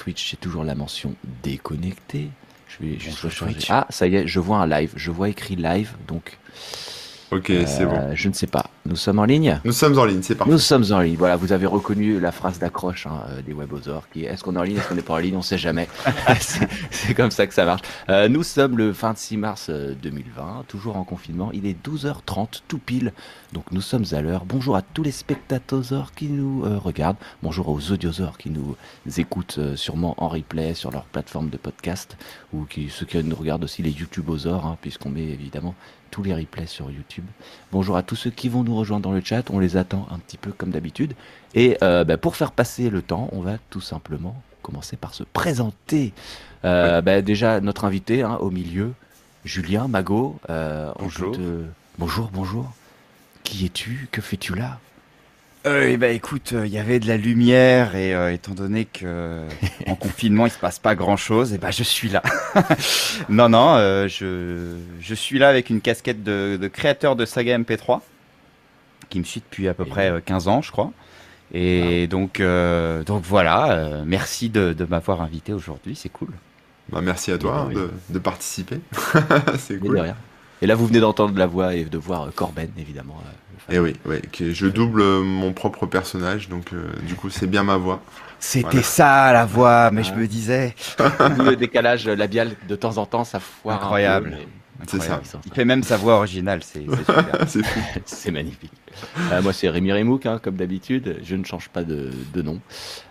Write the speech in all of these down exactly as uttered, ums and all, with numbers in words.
Twitch, c'est toujours la mention déconnecté. Je vais juste Bonjour changer. Twitch. Ah, ça y est, je vois un live. Je vois écrit live, donc Ok, c'est bon. euh, je ne sais pas. Nous sommes en ligne? Nous sommes en ligne, c'est Nous parfait. sommes en ligne. Voilà, vous avez reconnu la phrase d'accroche hein, euh, des Webosaures qui est est-ce qu'on est en ligne, est-ce qu'on n'est pas en ligne, on sait jamais. c'est c'est comme ça que ça marche. Euh, nous sommes le vingt-six mars euh, deux mille vingt, toujours en confinement. Il est douze heures trente, tout pile. Donc nous sommes à l'heure. Bonjour à tous les spectatosaures qui nous euh, regardent. Bonjour aux audiosaures qui nous écoutent euh, sûrement en replay sur leur plateforme de podcast ou qui, ceux qui nous regardent aussi les YouTubeosaures, hein, puisqu'on met évidemment tous les replays sur YouTube. Bonjour à tous ceux qui vont nous rejoindre dans le chat, on les attend un petit peu comme d'habitude. Et euh, bah, pour faire passer le temps, on va tout simplement commencer par se présenter. Euh, Ouais. bah, déjà, notre invité hein, au milieu, Julien Magot. Euh, on Bonjour. peut te- Bonjour, bonjour. Qui es-tu? Que fais-tu là? Euh, eh ben, écoute, il y avait de la lumière et euh, étant donné que euh, en confinement il se passe pas grand-chose, et ben je suis là. non, non, euh, je, je suis là avec une casquette de, de créateur de saga M P trois qui me suit depuis à peu Et près euh, quinze ans, je crois. Et donc, euh, donc voilà, euh, merci de, de m'avoir invité aujourd'hui, c'est cool. Bah, merci à toi Oui, hein, oui. de, de participer. C'est Mais de cool. rien. Et là, vous venez d'entendre la voix et de voir euh, Corben, évidemment. euh, le Et fameux. oui, ouais, que je double euh, mon propre personnage, donc euh, du coup c'est bien ma voix. C'était Voilà. ça la voix, mais Ah. je me disais. D'où le décalage labial de temps en temps, ça foire Incroyable. un peu. mais- C'est ça. Incroyable. Il fait même sa voix originale, c'est c'est super. C'est fou. C'est magnifique. Euh, moi, c'est Rémi Remouk, hein, comme d'habitude. Je ne change pas de, de nom.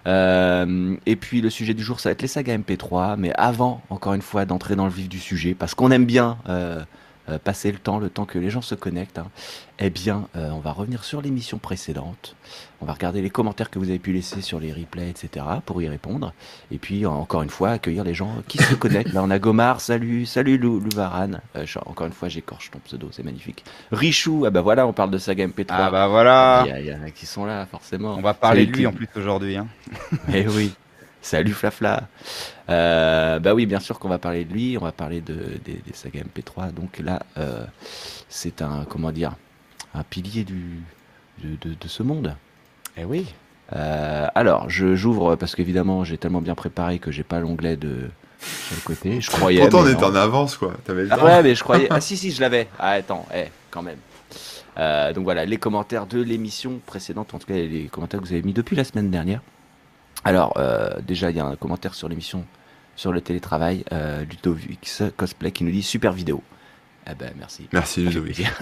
Euh, et puis, le sujet du jour, ça va être les sagas M P trois. Mais avant, encore une fois, d'entrer dans le vif du sujet, parce qu'on aime bien euh, euh, passer le temps, le temps que les gens se connectent, hein, eh bien, euh, on va revenir sur l'émission précédente. On va regarder les commentaires que vous avez pu laisser sur les replays, et cetera, pour y répondre. Et puis, encore une fois, accueillir les gens qui se connectent. Là, on a Gomar, salut, salut Lou, Louvaran. Euh, je- encore une fois, j'écorche ton pseudo, c'est magnifique. Richou, ah bah voilà, on parle de saga M P trois. Ah bah voilà. Il y, a- il y en a qui sont là, forcément. On va parler Salut, de lui Kim. en plus aujourd'hui. Hein. Eh oui. Salut Flafla. Euh, bah oui, bien sûr qu'on va parler de lui. On va parler de, des, des sagas M P trois. Donc là, euh, c'est un, comment dire, un pilier du, de, de, de ce monde. Eh oui. Euh, alors, je j'ouvre parce qu'évidemment, j'ai tellement bien préparé que j'ai pas l'onglet de sur le côté. Je croyais. Pourtant on mais était non. en avance quoi. T'avais le Ah temps. ouais, mais je croyais. Ah si, si, je l'avais. Ah attends, eh, quand même. Euh, donc voilà, les commentaires de l'émission précédente, en tout cas les commentaires que vous avez mis depuis la semaine dernière. Alors, euh, déjà, il y a un commentaire sur l'émission sur le télétravail, euh, Ludovic Cosplay qui nous dit super vidéo. Eh ben, merci. Merci Ça fait Ludovic. plaisir.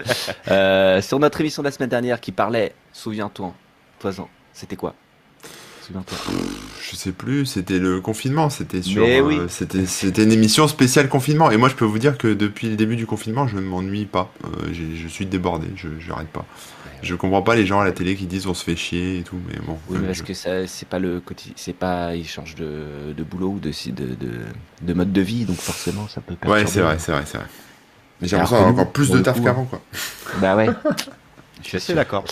Euh, sur notre émission de la semaine dernière qui parlait, souviens-toi, toi-en, c'était quoi? Souviens-toi. Je sais plus, c'était le confinement, c'était sur, Mais euh, oui. c'était, c'était une émission spéciale confinement. Et moi, je peux vous dire que depuis le début du confinement, je ne m'ennuie pas. Euh, j'ai- je suis débordé, je n'arrête pas. Je comprends pas les gens à la télé qui disent on se fait chier et tout, mais bon. Oui, mais euh, parce je- que ça, c'est pas le quotidien, c'est pas, ils changent de, de boulot ou de, de, de, de mode de vie, donc forcément ça peut perturber. Ouais, c'est vrai, c'est vrai, c'est vrai. Mais j'ai Alors l'impression que d'avoir nous, encore plus pour de le taf coup, qu'avant, quoi. Bah ouais. Je suis assez d'accord.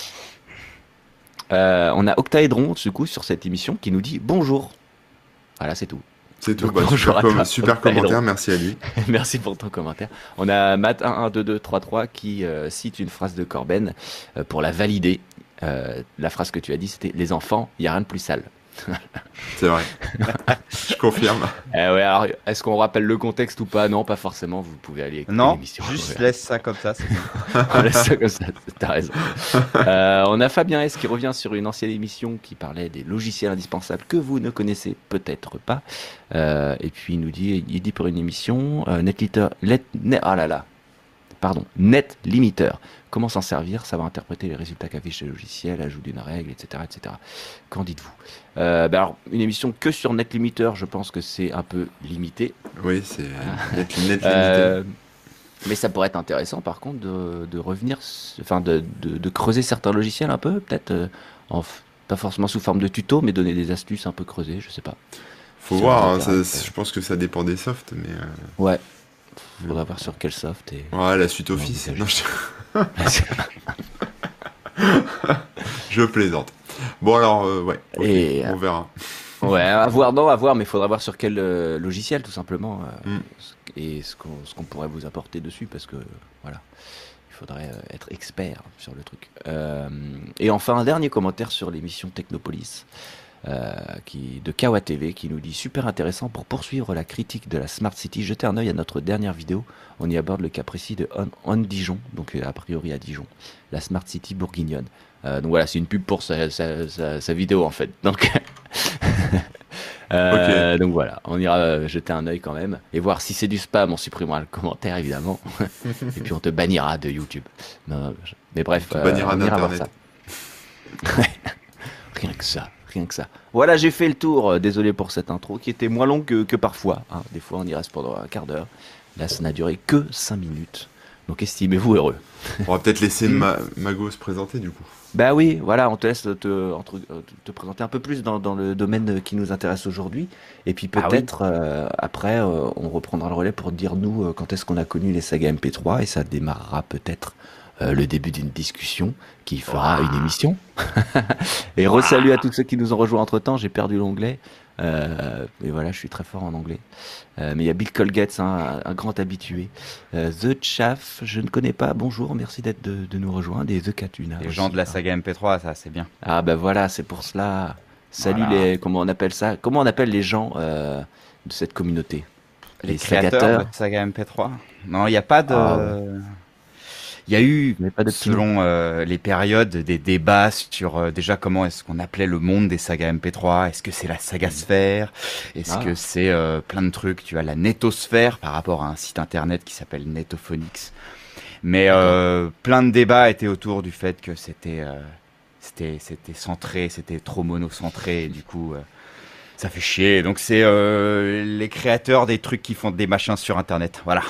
Euh, on a Octaédron, du coup, sur cette émission, qui nous dit bonjour. Voilà, c'est tout. C'est tout. Donc, Bah, bonjour super à com- toi. super Octaédron. commentaire, merci à lui. Merci pour ton commentaire. On a Matt un un deux deux trois trois qui euh, cite une phrase de Corben euh, pour la valider. Euh, la phrase que tu as dit, c'était les enfants, il n'y a rien de plus sale. C'est vrai. Je confirme. Euh, ouais, alors, est-ce qu'on rappelle le contexte ou pas? Non, pas forcément. Vous pouvez aller écouter Non, l'émission. juste Ouais. laisse ça comme ça. c'est bon. On laisse ça comme ça, t'as raison. Euh, on a Fabien S qui revient sur une ancienne émission qui parlait des logiciels indispensables que vous ne connaissez peut-être pas. Euh, et puis il nous dit, il dit pour une émission, euh, Netliter, let, net, ah là là, pardon, Net Limiter. Comment s'en servir? Ça va interpréter les résultats qu'affichent les logiciels, ajout d'une règle, et cetera, et cetera. Qu'en dites-vous? euh, bah alors, une émission que sur Net Limiter, je pense que c'est un peu limité. Oui, c'est net, net limité. Euh, mais ça pourrait être intéressant, par contre, de, de revenir, s- enfin, de, de, de creuser certains logiciels un peu, peut-être, euh, en f- pas forcément sous forme de tuto, mais donner des astuces un peu creusées, je sais pas. Faut ça voir, vous hein, intéresse, ça- euh. je pense que ça dépend des softs, mais. euh, Ouais. Faudra voir sur quel soft et. Ouais, la suite Non, Office. mais Non, je... je plaisante. Bon, alors, euh, ouais, ok, Et, on verra. Ouais, à voir, non, à voir, mais il faudra voir sur quel euh, logiciel, tout simplement, euh, Mm. ce- et ce qu'on ce qu'on pourrait vous apporter dessus, parce que, voilà, il faudrait euh, être expert sur le truc. Euh, et enfin, un dernier commentaire sur l'émission Technopolis. euh, qui, de Kawa T V qui nous dit super intéressant pour poursuivre la critique de la Smart City. Jetez un œil à notre dernière vidéo. On y aborde le cas précis de On, On Dijon, donc euh, a priori à Dijon, la Smart City bourguignonne. Euh, donc voilà, c'est une pub pour sa, sa, sa, sa vidéo en fait. Donc, euh, okay. donc voilà, on ira jeter un œil quand même et voir si c'est du spam. On supprimera le commentaire évidemment et puis on te bannira de YouTube. Non, non, mais bref, on te bannira euh, on ira voir ça. Rien que ça. Rien que ça. Voilà, j'ai fait le tour. Désolé pour cette intro qui était moins longue que, que parfois. Hein. Des fois, on y reste pendant un quart d'heure. Là, ça n'a duré que cinq minutes. Donc, estimez-vous heureux. On va peut-être laisser Ma- Mago se présenter du coup. Bah oui, voilà, on te laisse te, entre, te présenter un peu plus dans, dans le domaine qui nous intéresse aujourd'hui. Et puis peut-être, ah oui. euh, après, euh, on reprendra le relais pour dire, nous, euh, quand est-ce qu'on a connu les sagas M P trois. Et ça démarrera peut-être Euh, le début d'une discussion qui fera wow. une émission. Et wow. re-salut à tous ceux qui nous ont rejoints entre-temps. J'ai perdu l'onglet. Euh, et voilà, je suis très fort en anglais. Euh, mais il y a Bill Colgates, hein, un, un grand habitué. Euh, The Chaff, je ne connais pas. Bonjour, merci d'être de, de nous rejoindre. Et The Katuna. Les aussi, gens de la hein. saga M P trois, ça c'est bien. Ah ben voilà, c'est pour cela. Salut voilà. les... Comment on appelle ça? Comment on appelle les gens euh, de cette communauté? Les, les créateurs de saga M P trois. Non, il n'y a pas de... Ah, ouais. Il y a eu, selon euh, les périodes, des débats sur euh, déjà comment est-ce qu'on appelait le monde des sagas M P trois. Est-ce que c'est la sagasphère? Est-ce ah. que c'est euh, plein de trucs? Tu as la netosphère par rapport à un site internet qui s'appelle Netophonix. Mais euh, plein de débats étaient autour du fait que c'était euh, c'était c'était centré, c'était trop monocentré. Et du coup, euh, ça fait chier. Donc c'est euh, les créateurs des trucs qui font des machins sur internet. Voilà.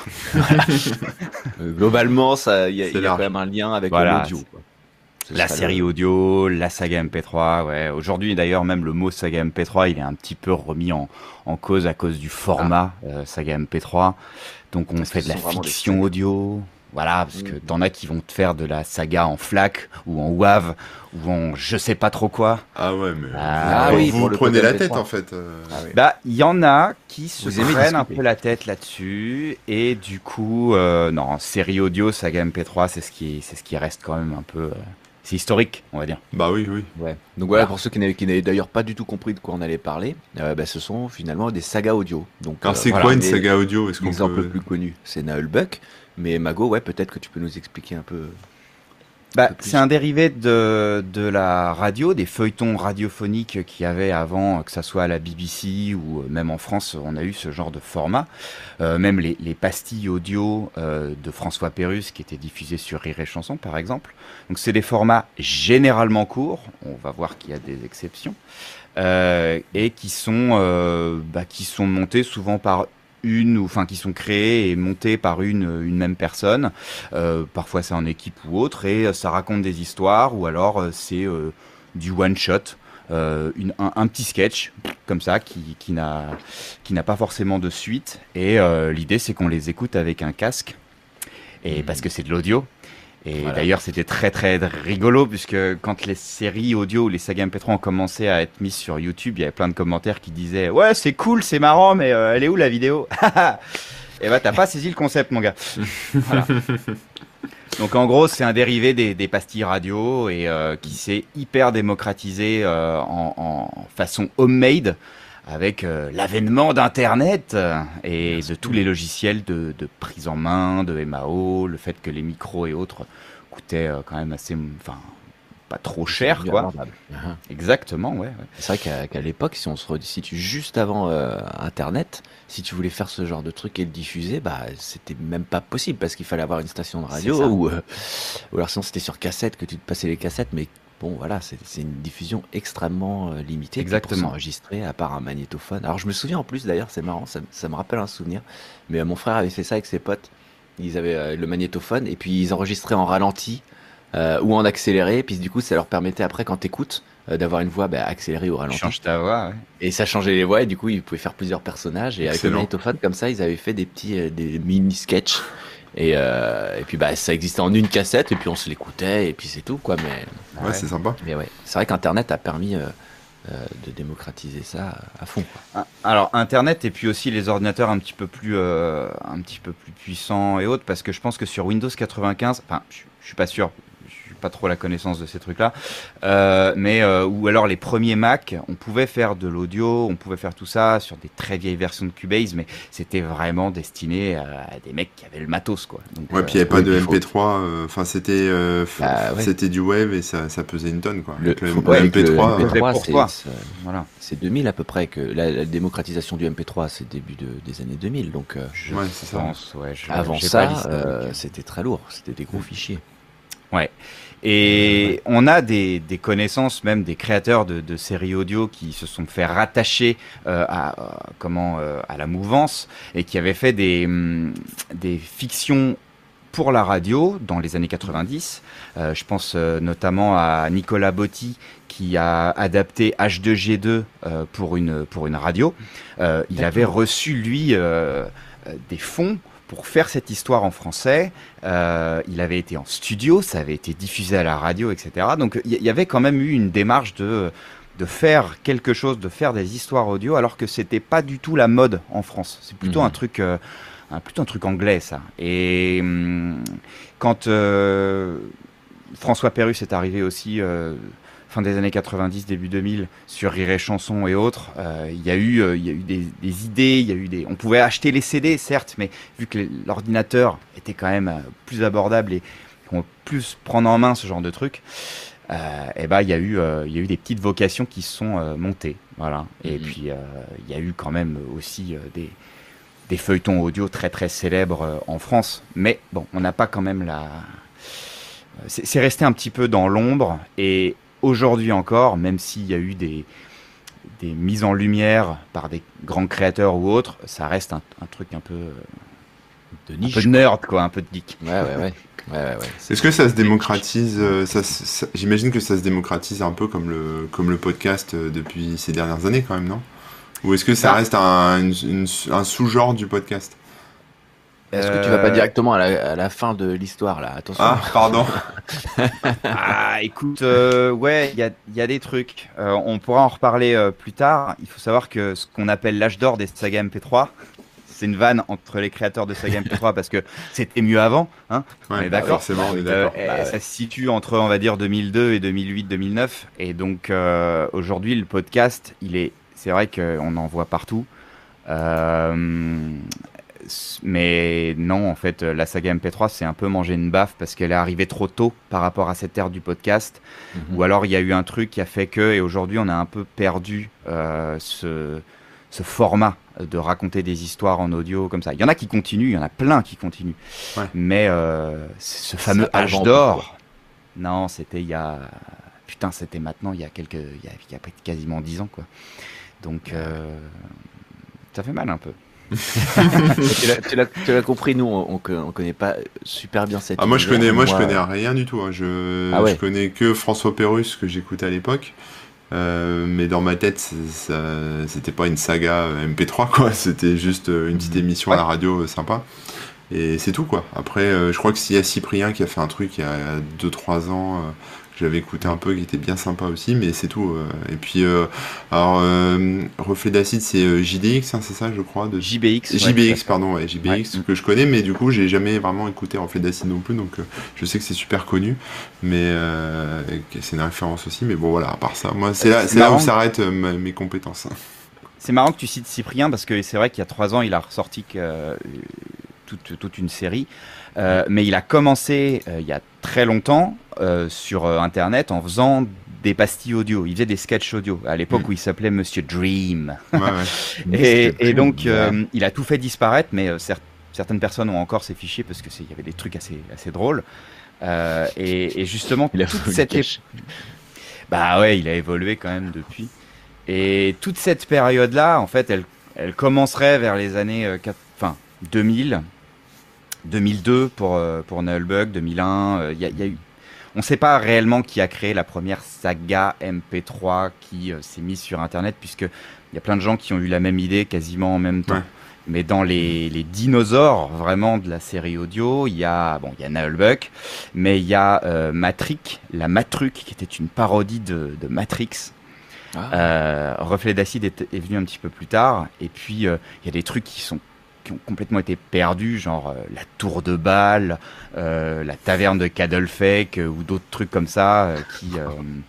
euh, globalement, ça, il y a, y a quand même un lien avec voilà, l'audio. Quoi. La série le... audio, la saga M P trois. Ouais. Aujourd'hui, d'ailleurs, même le mot saga M P trois, il est un petit peu remis en, en cause à cause du format ah. euh, saga M P trois. Donc on parce fait de la fiction audio. Voilà, parce que t'en as qui vont te faire de la saga en FLAC ou en WAV ou en je sais pas trop quoi. Ah ouais, mais ah, vous, oui, vous, vous prenez la tête en fait. Euh... Ah oui. Bah, il y en a qui se vous prennent un peu la tête là-dessus et du coup, euh, non, série audio, saga M P trois, c'est ce qui, c'est ce qui reste quand même un peu. Euh... C'est historique, on va dire. Bah oui, oui. Ouais. Donc voilà, pour ceux qui n'avaient, qui n'avaient d'ailleurs pas du tout compris de quoi on allait parler, euh, bah, ce sont finalement des sagas audio. Donc, alors euh, c'est voilà, quoi une saga audio? Est-ce qu'on l'exemple peut... le plus connu, c'est Nullbuck. Mais Mago, ouais, peut-être que tu peux nous expliquer un peu. Bah, un peu c'est un dérivé de, de la radio, des feuilletons radiophoniques qu'il y avait avant, que ça soit à la B B C ou même en France, on a eu ce genre de format. Euh, même les, les pastilles audio euh, de François Pérusse qui étaient diffusées sur Rire et Chanson, par exemple. Donc, c'est des formats généralement courts. On va voir qu'il y a des exceptions. Euh, et qui sont, euh, bah, qui sont montés souvent par une ou enfin qui sont créés et montés par une une même personne. Euh, parfois c'est en équipe ou autre et ça raconte des histoires ou alors c'est euh, du one shot, euh, une, un, un petit sketch comme ça qui qui n'a qui n'a pas forcément de suite et euh, l'idée c'est qu'on les écoute avec un casque et mmh. parce que c'est de l'audio. Et voilà. D'ailleurs, c'était très très rigolo puisque quand les séries audio ou les sagas M P trois ont commencé à être mises sur YouTube, il y avait plein de commentaires qui disaient « Ouais, c'est cool, c'est marrant, mais euh, elle est où la vidéo ?» Et bah, t'as pas saisi le concept, mon gars. Voilà. Donc en gros, c'est un dérivé des, des pastilles radio et euh, qui s'est hyper démocratisé euh, en, en façon homemade avec euh, l'avènement d'Internet et de tous les logiciels de, de prise en main, de M A O, le fait que les micros et autres coûtaient euh, quand même assez, enfin, pas trop cher, quoi. Uh-huh. Exactement, ouais. ouais. C'est vrai qu'à, qu'à l'époque, si on se resitue juste avant euh, Internet, si tu voulais faire ce genre de truc et le diffuser, bah, c'était même pas possible parce qu'il fallait avoir une station de radio ou, euh, ou alors sinon c'était sur cassette que tu te passais les cassettes, mais bon, voilà, c'est, c'est une diffusion extrêmement euh, limitée. Exactement. Pour s'enregistrer, à part un magnétophone. Alors, je me souviens en plus, d'ailleurs, c'est marrant, ça, ça me rappelle un souvenir. Mais euh, mon frère avait fait ça avec ses potes. Ils avaient euh, le magnétophone et puis ils enregistraient en ralenti euh, ou en accéléré. Et puis du coup, ça leur permettait après, quand t'écoutes, euh, d'avoir une voix bah, accélérée ou ralenti. Change ta voix, ouais. Et ça changeait les voix et du coup, ils pouvaient faire plusieurs personnages. Et Excellent. Avec le magnétophone, comme ça, ils avaient fait des petits, euh, des mini-sketchs. Et, euh, et puis bah ça existait en une cassette et puis on se l'écoutait et puis c'est tout quoi mais ouais, ouais. c'est sympa mais ouais c'est vrai qu'Internet a permis euh, euh, de démocratiser ça à fond quoi. Alors Internet et puis aussi les ordinateurs un petit peu plus euh, un petit peu plus puissants et autres parce que je pense que sur Windows quatre-vingt-quinze enfin je, je suis pas sûr je suis pas trop la connaissance de ces trucs-là. Euh, mais euh, ou alors les premiers Mac, on pouvait faire de l'audio, on pouvait faire tout ça sur des très vieilles versions de Cubase, mais c'était vraiment destiné à, à des mecs qui avaient le matos, quoi. Donc, ouais, euh, puis il n'y avait pas oui, de il M faut- P trois, enfin c'était euh, f- Bah, ouais. c'était du wave et ça, ça pesait une tonne quoi. Le, Avec le, faut le pas oublier que M P trois, le euh, M P trois, pour c'est, toi. c'est, Voilà. c'est deux mille à peu près que la, la démocratisation du M P trois, c'est début de, des années deux mille. Donc euh, Je ouais, c'est ça. pense, ouais. Je, avant j'ai pas ça, l'historique. euh, c'était très lourd. C'était des gros fichiers. Ouais. Et on a des, des connaissances, même des créateurs de, de séries audio qui se sont fait rattacher euh, à, euh, comment, euh, à la mouvance et qui avaient fait des, hum, des fictions pour la radio dans les années quatre-vingt-dix. Euh, je pense euh, notamment à Nicolas Botti qui a adapté H deux G deux euh, pour, une, pour une radio. Euh, il avait reçu, lui, euh, euh, des fonds pour faire cette histoire en français. Euh, il avait été en studio, ça avait été diffusé à la radio, et cetera. Donc il y, y avait quand même eu une démarche de, de faire quelque chose, de faire des histoires audio, alors que c'était pas du tout la mode en France. C'est plutôt Mhm. un truc, euh, un, plutôt un truc anglais, ça. Et hum, quand euh, François Pérusse est arrivé aussi, euh, fin des années quatre-vingt-dix, début deux mille, sur Rire et Chanson et autres, euh, il y a eu, euh, il y a eu des, des idées, il y a eu des, on pouvait acheter les C D, certes, mais vu que les- l'ordinateur était quand même euh, plus abordable et qu'on plus prendre en main ce genre de trucs, euh, et ben il y a eu, euh, il y a eu des petites vocations qui se sont euh, montées, voilà. Et Mhm. puis euh, il y a eu quand même aussi euh, des des feuilletons audio très très célèbres euh, en France, mais bon, on n'a pas quand même la, c'est c'est resté un petit peu dans l'ombre et aujourd'hui encore, même s'il y a eu des, des mises en lumière par des grands créateurs ou autres, ça reste un, un truc un peu, euh, De un niche. peu de nerd, quoi, un peu de geek. Ouais, ouais, ouais. ouais, ouais, ouais. C'est- Est-ce que ça se démocratise euh, ça, se- ça- J'imagine que ça se démocratise un peu comme le, comme le podcast euh, depuis ces dernières années quand même, non? Ou est-ce que ça Ah. reste un, une- une- un sous-genre du podcast? Est-ce que tu vas pas Euh, directement à la, à la fin de l'histoire là? Attention. Ah, pardon. Ah, écoute, euh, ouais, il y a, il y a des trucs. Euh, on pourra en reparler euh, plus tard. Il faut savoir que ce qu'on appelle l'âge d'or des sagas M P trois, c'est une vanne entre les créateurs de sagas M P trois parce que c'était mieux avant, hein. On est d'accord. Forcément, on est Euh, d'accord. et Bah ouais. Ça se situe entre, on va dire, deux mille deux et deux mille huit deux mille neuf. Et donc, euh, aujourd'hui, le podcast, il est, c'est vrai qu'on en voit partout. Euh, s- mais non, en fait, la saga M P trois, c'est un peu manger une baffe parce qu'elle est arrivée trop tôt par rapport à cette ère du podcast. Mhm. Ou alors, il y a eu un truc qui a fait que, et aujourd'hui, on a un peu perdu euh, ce, ce format de raconter des histoires en audio comme ça. Il y en a qui continuent, il y en a plein qui continuent. Ouais. Mais euh, ce fameux Ça a pas âge vendu, d'or, quoi. non, c'était il y a... Putain, c'était maintenant, il y a quelques... Il y a, il y a quasiment dix ans, quoi. Donc, euh, ça fait mal un peu. tu, l'as, tu, l'as, tu l'as compris, nous, on, on, on connaît pas super bien cette Ah, moi je univers, connais, moi, mais je connais rien du tout. hein. Je, Ah ouais. je connais que François Pérusse que j'écoutais à l'époque. Euh, mais dans ma tête, c'est- ça, c'était pas une saga euh, M P trois quoi. C'était juste euh, une petite émission à la radio euh, sympa. Et c'est tout quoi. Après, euh, je crois que s'il y a Cyprien qui a fait un truc il y a deux trois ans, euh, que j'avais écouté un peu, qui était bien sympa aussi, mais c'est tout. euh. Et puis, euh, alors, euh, Reflet d'acide, c'est euh, J D X, hein, c'est ça, je crois. De... J B X. ouais, J B X, tout à fait. pardon, ouais, J B X, Ouais. que je connais, mais du coup, j'ai jamais vraiment écouté Reflet d'acide non plus, donc euh, je sais que c'est super connu, mais euh, et que c'est une référence aussi, mais bon, voilà, à part ça, moi, c'est là, C'est c'est là où marrant. s'arrêtent euh, ma- mes compétences. C'est marrant que tu cites Cyprien parce que c'est vrai qu'il y a trois ans, il a ressorti que, euh, toute, toute une série. Euh, mais il a commencé euh, il y a très longtemps euh, sur euh, Internet en faisant des pastilles audio. Il faisait des sketchs audio à l'époque Mm. où il s'appelait Monsieur Dream. Ouais, ouais. Et, et donc, Ouais. euh, il a tout fait disparaître, mais euh, cer- certaines personnes ont encore ces fichiers parce qu'il y avait des trucs assez, assez drôles. Euh, et, et justement, Il a toute voulu cette cacher. ép- bah ouais, il a évolué quand même depuis. Et toute cette période-là, en fait, elle, elle commencerait vers les années euh, quatre- enfin, deux mille, deux mille deux pour, euh, pour Nullbug, deux mille un. euh, y a, y a eu... On ne sait pas réellement qui a créé la première saga M P trois qui euh, s'est mise sur Internet, puisqu'il y a plein de gens qui ont eu la même idée quasiment en même temps. Ouais. Mais dans les, les dinosaures vraiment de la série audio, il y a bon, il y a Nullbuck, mais il y a euh, Matrix, la Matruc, qui était une parodie de, de Matrix. Ah. Euh, Reflet d'acide est, est venu un petit peu plus tard, et puis euh, il y a des trucs qui sont qui ont complètement été perdus, genre euh, la Tour de Bâle, euh, la Taverne de Cadelfec euh, ou d'autres trucs comme ça euh, qui... Euh,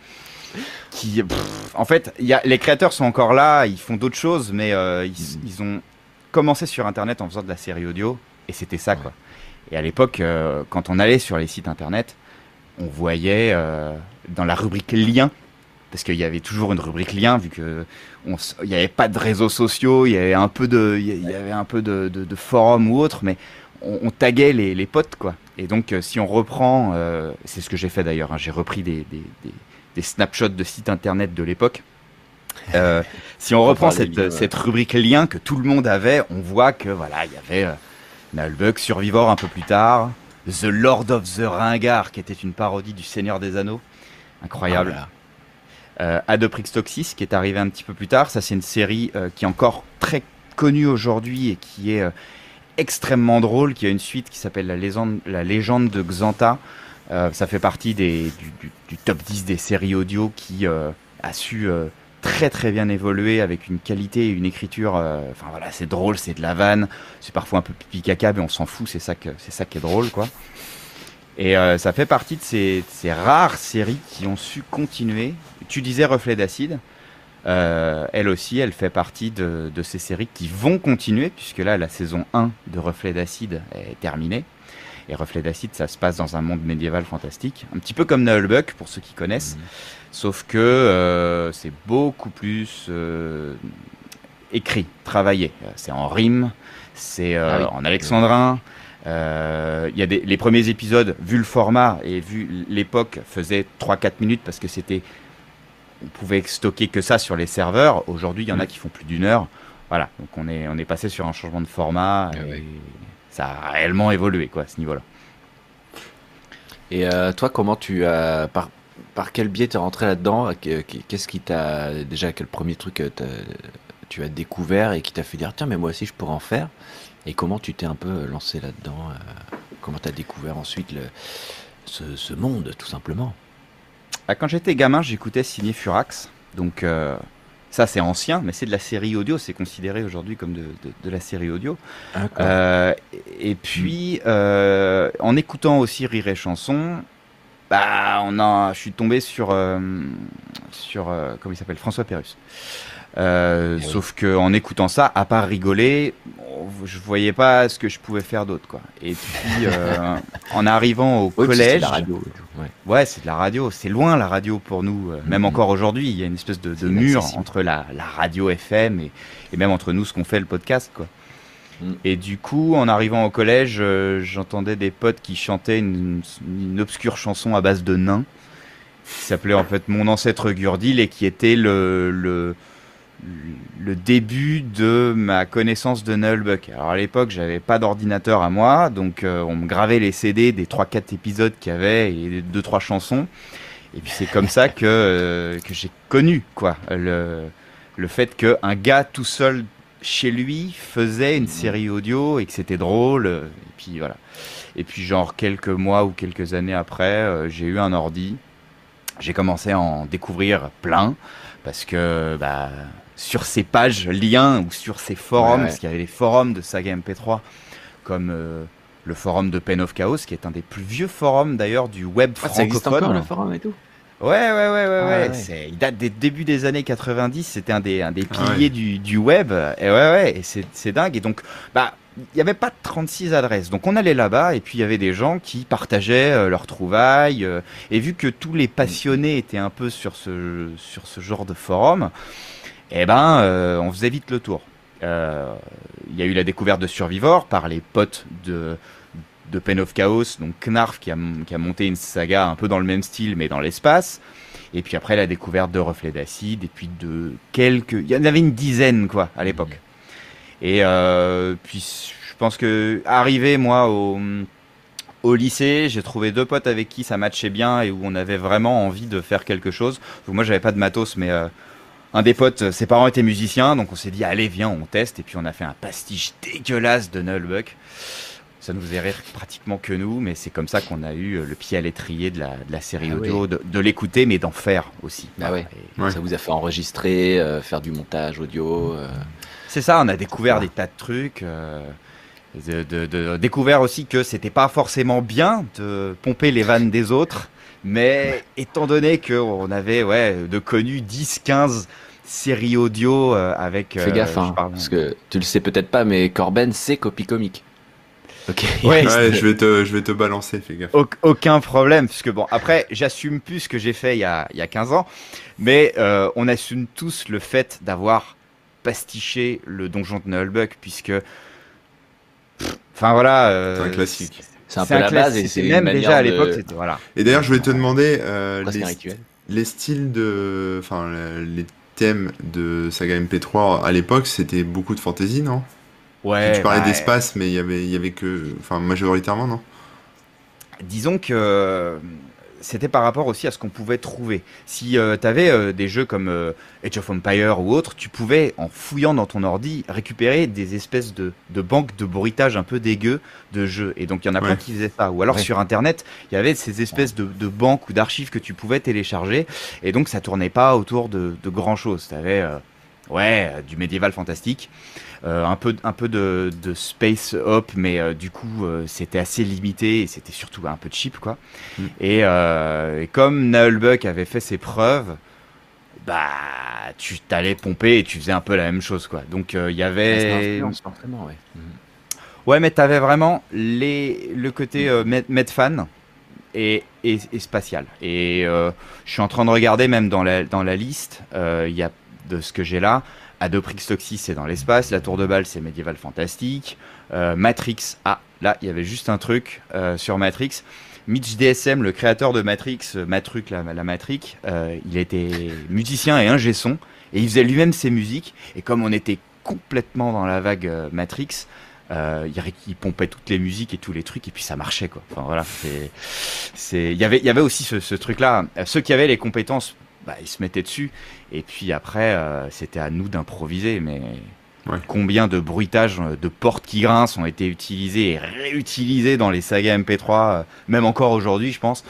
qui pff, en fait, y a, les créateurs sont encore là, ils font d'autres choses, mais euh, ils, ils ont commencé sur Internet en faisant de la série audio, et c'était ça, quoi. Et à l'époque, euh, quand on allait sur les sites Internet, on voyait euh, dans la rubrique liens, parce qu'il y avait toujours une rubrique liens, vu que il n'y avait pas de réseaux sociaux, il y avait un peu de, il y avait un peu de, de, de forums ou autre, mais on, on taguait les, les potes, quoi. Et donc, euh, si on reprend, euh, c'est ce que j'ai fait d'ailleurs, hein, j'ai repris des, des, des des snapshots de sites internet de l'époque. Euh, si on reprend cette, liens, ouais. cette rubrique lien que tout le monde avait, on voit que voilà, il y avait euh, Nullbuck, Survivor un peu plus tard, The Lord of the Ringard, qui était une parodie du Seigneur des Anneaux, incroyable. Ah, voilà. euh, Adoprix Toxis, qui est arrivé un petit peu plus tard. Ça, c'est une série euh, qui est encore très connue aujourd'hui et qui est euh, extrêmement drôle, qui a une suite qui s'appelle La Légende, La Légende de Xanta. Euh, ça fait partie des, du, du, du top dix des séries audio qui euh, a su euh, très très bien évoluer avec une qualité et une écriture. Enfin euh, voilà, c'est drôle, c'est de la vanne, c'est parfois un peu pipi caca, mais on s'en fout, c'est ça, que, c'est ça qui est drôle, quoi. Et euh, ça fait partie de ces, de ces rares séries qui ont su continuer. Tu disais Reflet d'Acide, euh, elle aussi, elle fait partie de, de ces séries qui vont continuer, puisque là, la saison un de Reflet d'Acide est terminée. Et Reflet d'Acide, ça se passe dans un monde médiéval fantastique, un petit peu comme Nullbuck, pour ceux qui connaissent, mmh. sauf que euh, c'est beaucoup plus euh, écrit, travaillé. C'est en rime, c'est euh, ah oui. en alexandrin. Il euh, y a des, les premiers épisodes, vu le format et vu l'époque, faisaient trois à quatre minutes parce que c'était, on pouvait stocker que ça sur les serveurs. Aujourd'hui, il y en mmh. a qui font plus d'une heure. Voilà, donc on est, on est passé sur un changement de format. Ah et... oui. Ça a réellement évolué, quoi, à ce niveau-là. Et euh, toi, comment tu as, par, par quel biais tu es rentré là-dedans? Qu'est-ce qui t'a, déjà, quel premier truc tu as découvert et qui t'a fait dire, tiens, mais moi aussi, je pourrais en faire? Et comment tu t'es un peu lancé là-dedans? Comment tu as découvert ensuite le, ce, ce monde, tout simplement? Ah, quand j'étais gamin, j'écoutais Signé Furax, donc... Euh... Ça, c'est ancien, mais c'est de la série audio. C'est considéré aujourd'hui comme de, de, de la série audio. Euh, et puis, euh, en écoutant aussi Rire et Chanson, bah, on a, je suis tombé sur, euh, sur euh, comment il s'appelle, François Pérusse. Euh, oui. Sauf qu'en écoutant ça, à part rigoler, je voyais pas ce que je pouvais faire d'autre, quoi. Et puis, euh, en arrivant au oui, collège, c'est de la radio. Ouais, ouais c'est de la radio. C'est loin la radio pour nous. Mm-hmm. Même encore aujourd'hui, il y a une espèce de, de mur entre la, la radio F M et, et même entre nous, ce qu'on fait, le podcast, quoi. Mm. Et du coup, en arrivant au collège, euh, j'entendais des potes qui chantaient une, une obscure chanson à base de nains, qui s'appelait en fait Mon ancêtre Gurdil et qui était le, le le début de ma connaissance de Nullbuck. Alors à l'époque, j'avais pas d'ordinateur à moi, donc euh, on me gravait les C D des trois quatre épisodes qu'il y avait et deux trois chansons. Et puis c'est comme ça que euh, que j'ai connu quoi le le fait que un gars tout seul chez lui faisait une série audio et que c'était drôle. Et puis voilà. Et puis genre quelques mois ou quelques années après, euh, j'ai eu un ordi. J'ai commencé à en découvrir plein parce que bah sur ces pages liens ou sur ces forums, ouais, ouais. parce qu'il y avait les forums de Saga M P trois, comme euh, le forum de Pen of Chaos, qui est un des plus vieux forums d'ailleurs du web ah, francophone. Ça existe encore le forum et tout? Ouais, ouais, ouais, ouais, ah, ouais. ouais. C'est, il date des débuts des années quatre-vingt-dix, c'était un des, un des piliers ah, ouais. du, du web, et ouais, ouais, et c'est, c'est dingue. Et donc, bah, il n'y avait pas de trente-six adresses. Donc on allait là-bas et puis il y avait des gens qui partageaient euh, leurs trouvailles. Euh, et vu que tous les passionnés étaient un peu sur ce, sur ce genre de forum, eh ben, euh, on faisait vite le tour. Il euh, y a eu la découverte de Survivor par les potes de, de Pen of Chaos, donc Knarf qui a, qui a monté une saga un peu dans le même style mais dans l'espace. Et puis après la découverte de Reflet d'Acide et puis de quelques... Il y en avait une dizaine quoi à l'époque. Et euh, puis je pense que arrivé moi au, au lycée, j'ai trouvé deux potes avec qui ça matchait bien et où on avait vraiment envie de faire quelque chose. Donc moi j'avais pas de matos mais... Euh, Un des potes, ses parents étaient musiciens, donc on s'est dit, allez, viens, on teste. Et puis on a fait un pastiche dégueulasse de Nullbuck. Ça nous faisait rire pratiquement que nous, mais c'est comme ça qu'on a eu le pied à l'étrier de la, de la série ah audio, oui. de, de l'écouter, mais d'en faire aussi. Ah ouais. Et ouais. Ça vous a fait enregistrer, euh, faire du montage audio. Euh... C'est ça, on a découvert des tas de trucs. Euh, de, de, de, découvert aussi que c'était pas forcément bien de pomper les vannes des autres, mais étant donné qu'on avait ouais, de connus dix quinze séries audio euh, avec. Fais gaffe, euh, hein, parce que tu le sais peut-être pas, mais Corben, c'est Copy Comic. Ok. Ouais, Ouais, je vais te, je vais te balancer, fais gaffe. Au- aucun problème, puisque bon, après, j'assume plus ce que j'ai fait il y a, il y a quinze ans, mais euh, on assume tous le fait d'avoir pastiché le donjon de Nullbuck, puisque. Enfin voilà. euh, C'est un classique. C'est un C'est peu un la classique, base et c'est c'est une même manière déjà à de- l'époque, c'était voilà. Et d'ailleurs, je voulais te demander euh, presque un les, rituel. les styles de. Enfin, le- les thèmes de Saga M P trois à l'époque, c'était beaucoup de fantasy, non? Ouais. Tu parlais bah, d'espace, mais il y avait, il y avait que. Enfin, majoritairement, non? Disons que euh, c'était par rapport aussi à ce qu'on pouvait trouver. Si euh, tu avais des jeux comme euh, Age of Empire ou autre, tu pouvais, en fouillant dans ton ordi, récupérer des espèces de, de banques de bruitage un peu dégueu de jeux. Et donc il y en a plein Ouais. qui faisaient ça. Ou alors Ouais. sur Internet, il y avait ces espèces de, de banques ou d'archives que tu pouvais télécharger. Et donc ça tournait pas autour de, de grand-chose. Tu avais ouais, du médiéval fantastique. Euh, un peu, un peu de, de space hop, mais euh, du coup euh, c'était assez limité et c'était surtout un peu cheap quoi. Mm. Et, euh, et comme Nullbuck avait fait ses preuves, bah tu t'allais pomper et tu faisais un peu la même chose quoi. Donc euh, il y Ça avait, influence forcément, ouais. Mhm. ouais, mais t'avais vraiment les, le côté euh, med- medfan et, et, et spatial. Et euh, je suis en train de regarder même dans la, dans la liste, euh, il y a de ce que j'ai là. Adoprix Toxis, c'est dans l'espace. La Tour de Balle, c'est médiéval fantastique. Euh, Matrix, ah, là, il y avait juste un truc euh, sur Matrix. Mitch D S M, le créateur de Matrix, euh, Matruc, la, la Matrix, euh, il était musicien et ingé son. Et il faisait lui-même ses musiques. Et comme on était complètement dans la vague euh, Matrix, euh, il, ré- il pompait toutes les musiques et tous les trucs. Et puis ça marchait, quoi. Enfin, voilà. c'est- c'est- Il y avait, il y avait aussi ce, ce truc-là. Euh, Ceux qui avaient les compétences, bah, ils se mettaient dessus. Et puis après, euh, c'était à nous d'improviser. Mais Ouais. combien de bruitages, euh, de portes qui grincent ont été utilisés et réutilisés dans les sagas M P trois, euh, même encore aujourd'hui, je pense.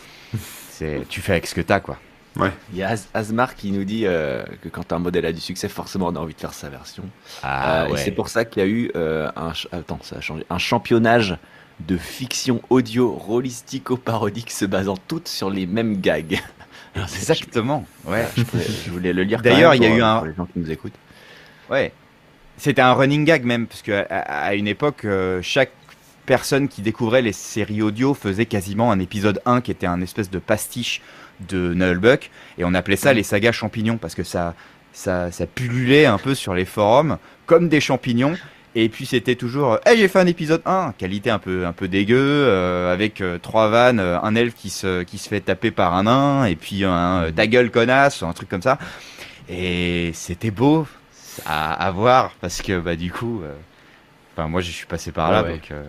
C'est, tu fais avec ce que t'as, quoi. Il y a Az- Asmar qui nous dit euh, que quand un modèle a du succès, forcément on a envie de faire sa version. Ah Euh, et c'est pour ça qu'il y a eu euh, un, ch- attends, ça a changé, un championnage de fiction audio rolistico-parodique se basant toutes sur les mêmes gags. Alors, c'est ça que Exactement. Ouais. je, voulais- je voulais le lire. quand D'ailleurs, même il y a pour, eu euh, un- pour les gens qui nous écoutent. Ouais. C'était un running gag même, parce qu'à à, à une époque, euh, chaque personne qui découvrait les séries audio faisait quasiment un épisode un qui était un espèce de pastiche de Nullbuck, et on appelait ça les sagas champignons, parce que ça, ça, ça pullulait un peu sur les forums, comme des champignons, et puis c'était toujours hey, j'ai fait un épisode un, qualité un peu, un peu dégueu, euh, avec euh, trois vannes, euh, un elfe qui se, qui se fait taper par un nain, et puis un euh, ta gueule connasse, un truc comme ça, et c'était beau à, à voir, parce que bah du coup euh, enfin moi je suis passé par là, Ouais, ouais. donc euh,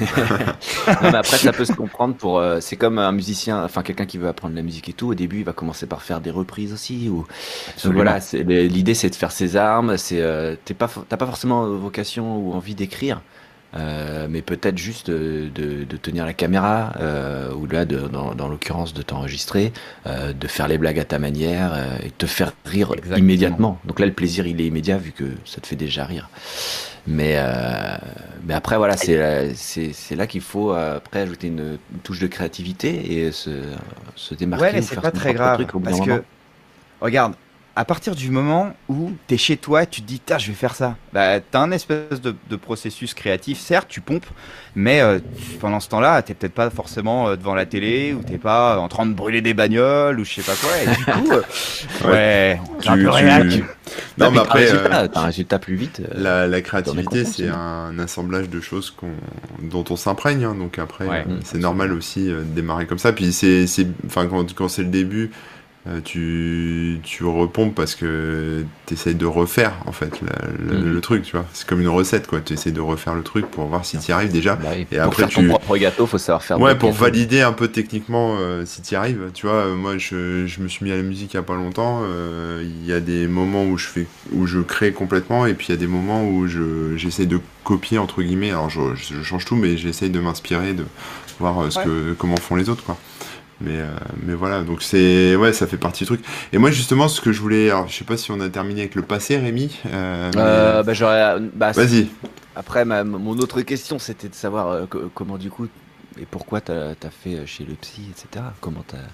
Non, mais après, ça peut se comprendre pour. euh, c'est comme un musicien, enfin quelqu'un qui veut apprendre la musique et tout. Au début, il va commencer par faire des reprises aussi. Ou... Donc Absolument. voilà, c'est- le- l'idée c'est de faire ses armes. C'est, euh, t'es pas, for- t'as pas forcément vocation ou envie d'écrire, euh, mais peut-être juste de, de, de tenir la caméra, euh, ou là, de, dans, dans l'occurrence, de t'enregistrer, euh, de faire les blagues à ta manière euh, et de te faire rire Exactement. immédiatement. Donc là, le plaisir, il est immédiat vu que ça te fait déjà rire. Mais, euh, mais après, voilà, c'est là- c'est c'est là qu'il faut euh, après ajouter une, une touche de créativité et se, se démarquer. Ouais, mais ou c'est faire pas son très propre grave, truc au bout d'un parce moment. que regarde, à partir du moment où t'es chez toi, tu te dis, tiens, je vais faire ça. Bah, t'as un espèce de, de processus créatif. Certes, tu pompes, mais euh, tu- pendant ce temps-là, t'es peut-être pas forcément euh, devant la télé, ou t'es pas en train de brûler des bagnoles, ou je sais pas quoi. Et du coup, euh, ouais, t'es un Tu- peu tu- réac. Non, Non, mais mais après, t'as un euh, résultat, t'as un résultat plus vite. euh, la, la T'en es créativité, content, c'est c'est un assemblage de choses qu'on, dont on s'imprègne. Hein, donc après, Ouais, euh, mmh, c'est normal aussi euh, de démarrer comme ça. Puis c'est, c'est, enfin, quand, quand c'est le début, euh, tu, tu repompes parce que tu essayes de refaire en fait la- le, Mhm. le truc, tu vois. C'est comme une recette, quoi. Tu essayes de refaire le truc pour voir si tu y arrives déjà. bah oui, Et pour après, faire ton tu- propre gâteau, faut savoir faire. Ouais, d'autres pour gâteaux. valider un peu techniquement euh, si tu y arrives. Tu vois, euh, moi je, je me suis mis à la musique il y a pas longtemps. euh, Il y a des moments où je fais, où je crée complètement, et puis il y a des moments où je j'essaie de copier entre guillemets. Alors je, je change tout, mais j'essaye de m'inspirer, de voir euh, ce Ouais. que comment font les autres, quoi. Mais, euh, mais voilà, donc c'est, ouais, ça fait partie du truc. Et moi, justement, ce que je voulais, alors, je sais pas si on a terminé avec le passé, Rémi. Euh, mais... euh, bah, j'aurais, bah, Vas-y. Après, ma, mon autre question, c'était de savoir euh, co- comment du coup et pourquoi t'as as fait chez le psy, et cetera. Comment t'as.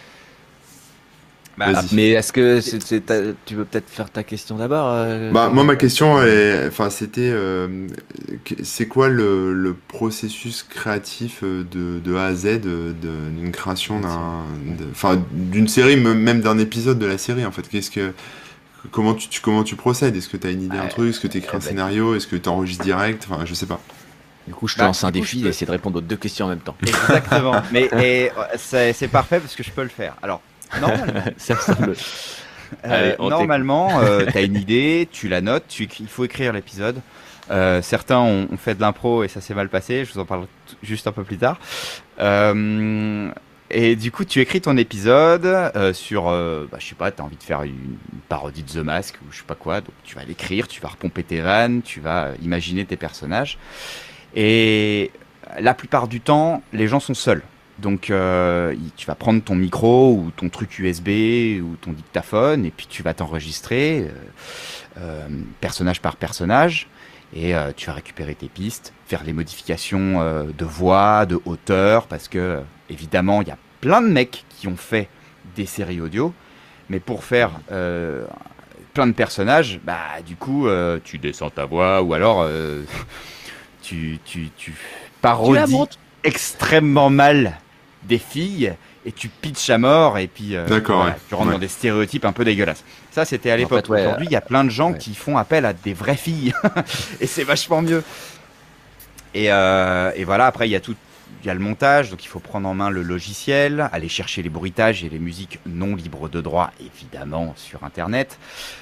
Bah, Vas-y. Mais est-ce que c'est, c'est ta- tu veux peut-être faire ta question d'abord euh, Bah, moi, ma euh, question, est, enfin, c'était, euh, que- c'est quoi le, le processus créatif euh, de, de A à Z de- de- d'une création d'un, de- enfin, d'une série, me- même d'un épisode de la série, en fait. Qu'est-ce que, comment tu, tu- comment tu procèdes? Est-ce que tu as une idée, un euh, truc? Est-ce que tu écris euh, un bah, scénario? Est-ce que tu enregistres direct? Enfin, je sais pas. Du coup, je te Bah, lance un du coup, défi je peux- d'essayer de répondre aux deux questions en même temps. Exactement. Mais et, euh, c'est, c'est parfait parce que je peux le faire. Alors, normalement, Ça me semble. euh, Allez, on normalement euh, tu as une idée, tu la notes, tu écris- il faut écrire l'épisode. Euh, certains ont, ont fait de l'impro et ça s'est mal passé. Je vous en parle t- juste un peu plus tard. Euh, et du coup, tu écris ton épisode euh, sur, euh, bah, je sais pas, tu as envie de faire une, une parodie de The Mask ou je sais pas quoi. Donc, tu vas l'écrire, tu vas repomper tes vannes, tu vas euh, imaginer tes personnages. Et la plupart du temps, les gens sont seuls. Donc, euh, y- tu vas prendre ton micro ou ton truc U S B ou ton dictaphone et puis tu vas t'enregistrer euh, euh, personnage par personnage et euh, tu vas récupérer tes pistes, faire les modifications euh, de voix, de hauteur parce que euh, évidemment, il y a plein de mecs qui ont fait des séries audio, mais pour faire euh, plein de personnages, bah du coup, euh, tu descends ta voix ou alors euh, tu, tu, tu parodies extrêmement mal des filles et tu pitches à mort et puis euh, D'accord, voilà, ouais. tu rentres Ouais. dans des stéréotypes un peu dégueulasses. Ça, c'était à En l'époque. fait, ouais, Aujourd'hui, il y a plein de gens ouais. qui font appel à des vraies filles et c'est vachement mieux. Et, euh, et voilà, après, il y a tout. Il y a le montage, donc il faut prendre en main le logiciel, aller chercher les bruitages et les musiques non libres de droit, évidemment, sur Internet.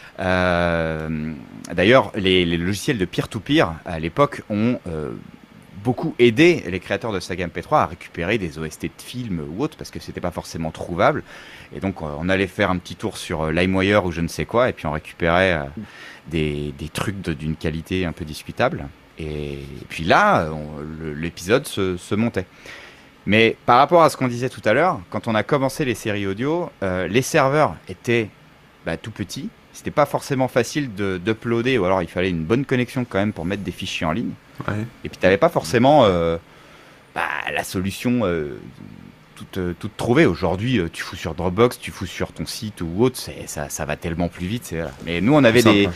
Euh, D'ailleurs, les, les logiciels de peer-to-peer, à l'époque, ont euh, beaucoup aidé les créateurs de saga M P trois à récupérer des O S T de films ou autres, parce que c'était pas forcément trouvable. Et donc, euh, on allait faire un petit tour sur euh, LimeWire ou je ne sais quoi, et puis on récupérait euh, des, des trucs de- d'une qualité un peu discutable. Et, puis là, on- le- l'épisode se, se montait. Mais par rapport à ce qu'on disait tout à l'heure, quand on a commencé les séries audio, euh, les serveurs étaient bah, tout petits. C'était pas forcément facile de- d'uploader, ou alors il fallait une bonne connexion quand même pour mettre des fichiers en ligne. Ouais. Et puis t'avais pas forcément euh, bah, la solution euh, toute, euh, toute trouvée. Aujourd'hui, euh, tu fous sur Dropbox, tu fous sur ton site ou autre, c'est- ça, ça va tellement plus vite. c'est- voilà. Mais nous, on avait Simple, des, ouais.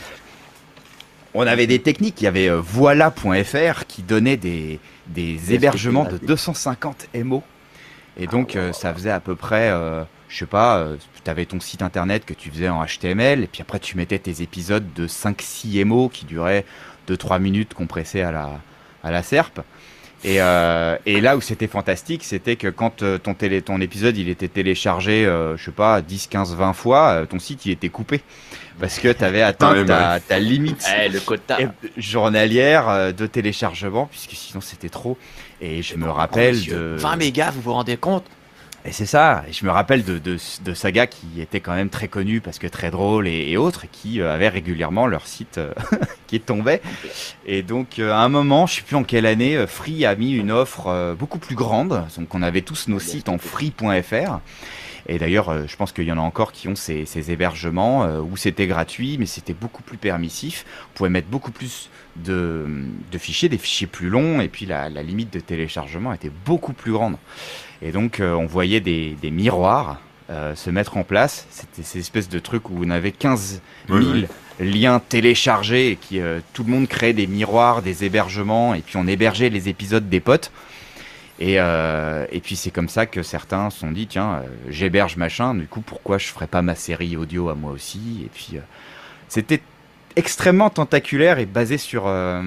on avait des techniques. Il y avait euh, voilà point F R qui donnait des, des hébergements de deux cent cinquante M O. Et donc, euh, ça faisait à peu près, euh, je sais pas, tu avais ton site internet que tu faisais en H T M L, et puis après, tu mettais tes épisodes de cinq six M O qui duraient deux trois minutes compressés à la, à la S E R P. Et, euh, et là où c'était fantastique, c'était que quand euh, ton, télé, ton épisode il était téléchargé, euh, je sais pas, dix, quinze, vingt fois, euh, ton site il était coupé. Parce que tu avais atteint Ouais, ta, bah. ta limite Eh, le quota. heb- journalière euh, de téléchargement, puisque sinon c'était trop. Et je me rappelle de... vingt mégas, vous vous rendez compte? Et c'est ça, et je me rappelle de, de, de sagas qui étaient quand même très connus parce que très drôles et, et autres, et qui euh, avaient régulièrement leur site euh, qui tombait. Et donc euh, à un moment, je sais plus en quelle année, euh, Free a mis une offre euh, beaucoup plus grande, donc on avait tous nos sites en free point F R. Et d'ailleurs, euh, je pense qu'il y en a encore qui ont ces, ces hébergements euh, où c'était gratuit, mais c'était beaucoup plus permissif. On pouvait mettre beaucoup plus de, de fichiers, des fichiers plus longs, et puis la, la limite de téléchargement était beaucoup plus grande. Et donc, euh, on voyait des, des miroirs euh, se mettre en place. C'était ces espèces de trucs où on avait quinze mille Ouais, liens téléchargés et qui euh, tout le monde créait des miroirs, des hébergements, et puis on hébergeait les épisodes des potes. Et, euh, et puis c'est comme ça que certains se sont dit, tiens, euh, j'héberge machin, du coup pourquoi je ferais pas ma série audio à moi aussi? Et puis euh, c'était extrêmement tentaculaire et basé sur... euh,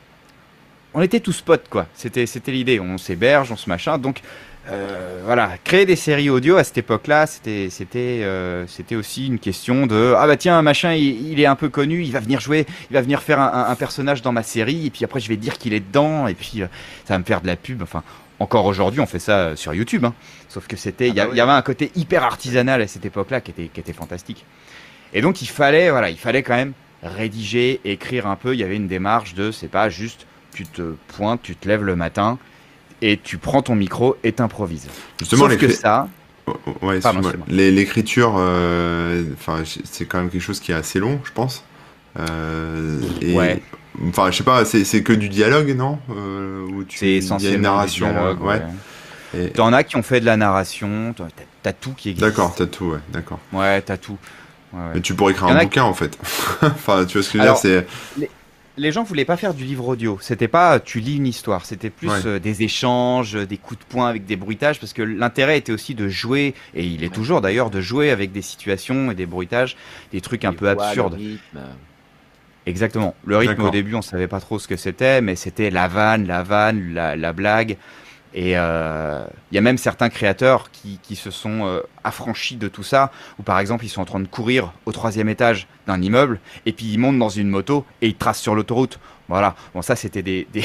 on était tous potes, quoi. C'était, c'était l'idée. On s'héberge, on se machin. Donc euh, voilà, créer des séries audio à cette époque-là, c'était, c'était, euh, c'était aussi une question de ah bah tiens, un machin, il, il est un peu connu, il va venir jouer, il va venir faire un, un- un personnage dans ma série, et puis après je vais dire qu'il est dedans, et puis euh, ça va me faire de la pub. Enfin, encore aujourd'hui, on fait ça euh, sur YouTube, hein. Sauf que c'était, il y, a- Ah bah oui. y avait un côté hyper artisanal à cette époque-là qui était, qui était fantastique. Et donc il fallait, voilà, il fallait quand même rédiger, écrire un peu. Il y avait une démarche de, c'est pas juste tu te pointes, tu te lèves le matin et tu prends ton micro et t'improvises. Justement, Sauf les que cré- ça, Ouais, Pardon, excuse-moi. excuse-moi. Les- l'écriture, euh, enfin, c'est quand même quelque chose qui est assez long, je pense. Euh, et Ouais. enfin, je sais pas, c'est c'est que du dialogue, non? Euh, où tu, C'est il y a une essentiellement du narration, euh, dialogue, ouais. ouais. Et- T'en as qui ont fait de la narration, t'as, t'as tout qui D'accord, existe. t'as tout, ouais, d'accord. Ouais, t'as tout. Ouais, ouais. Mais tu pourrais écrire Il y un en a bouquin en fait. Enfin, tu vois ce que je veux dire, Alors, c'est les, les gens voulaient pas faire du livre audio. C'était pas tu lis une histoire. C'était plus Ouais. euh, des échanges, euh, des coups de poing avec des bruitages, parce que l'intérêt était aussi de jouer, et il est Ouais. toujours d'ailleurs, de jouer avec des situations et des bruitages, des trucs un Les peu voix, le absurdes. rythme, euh, Exactement. Le rythme au d'accord. début, on savait pas trop ce que c'était, mais c'était la vanne, la vanne, la, la blague. Et euh, il y a même certains créateurs qui, qui se sont euh, affranchis de tout ça, où par exemple ils sont en train de courir au troisième étage d'un immeuble, et puis ils montent dans une moto et ils tracent sur l'autoroute. Voilà. Bon, ça c'était des, des,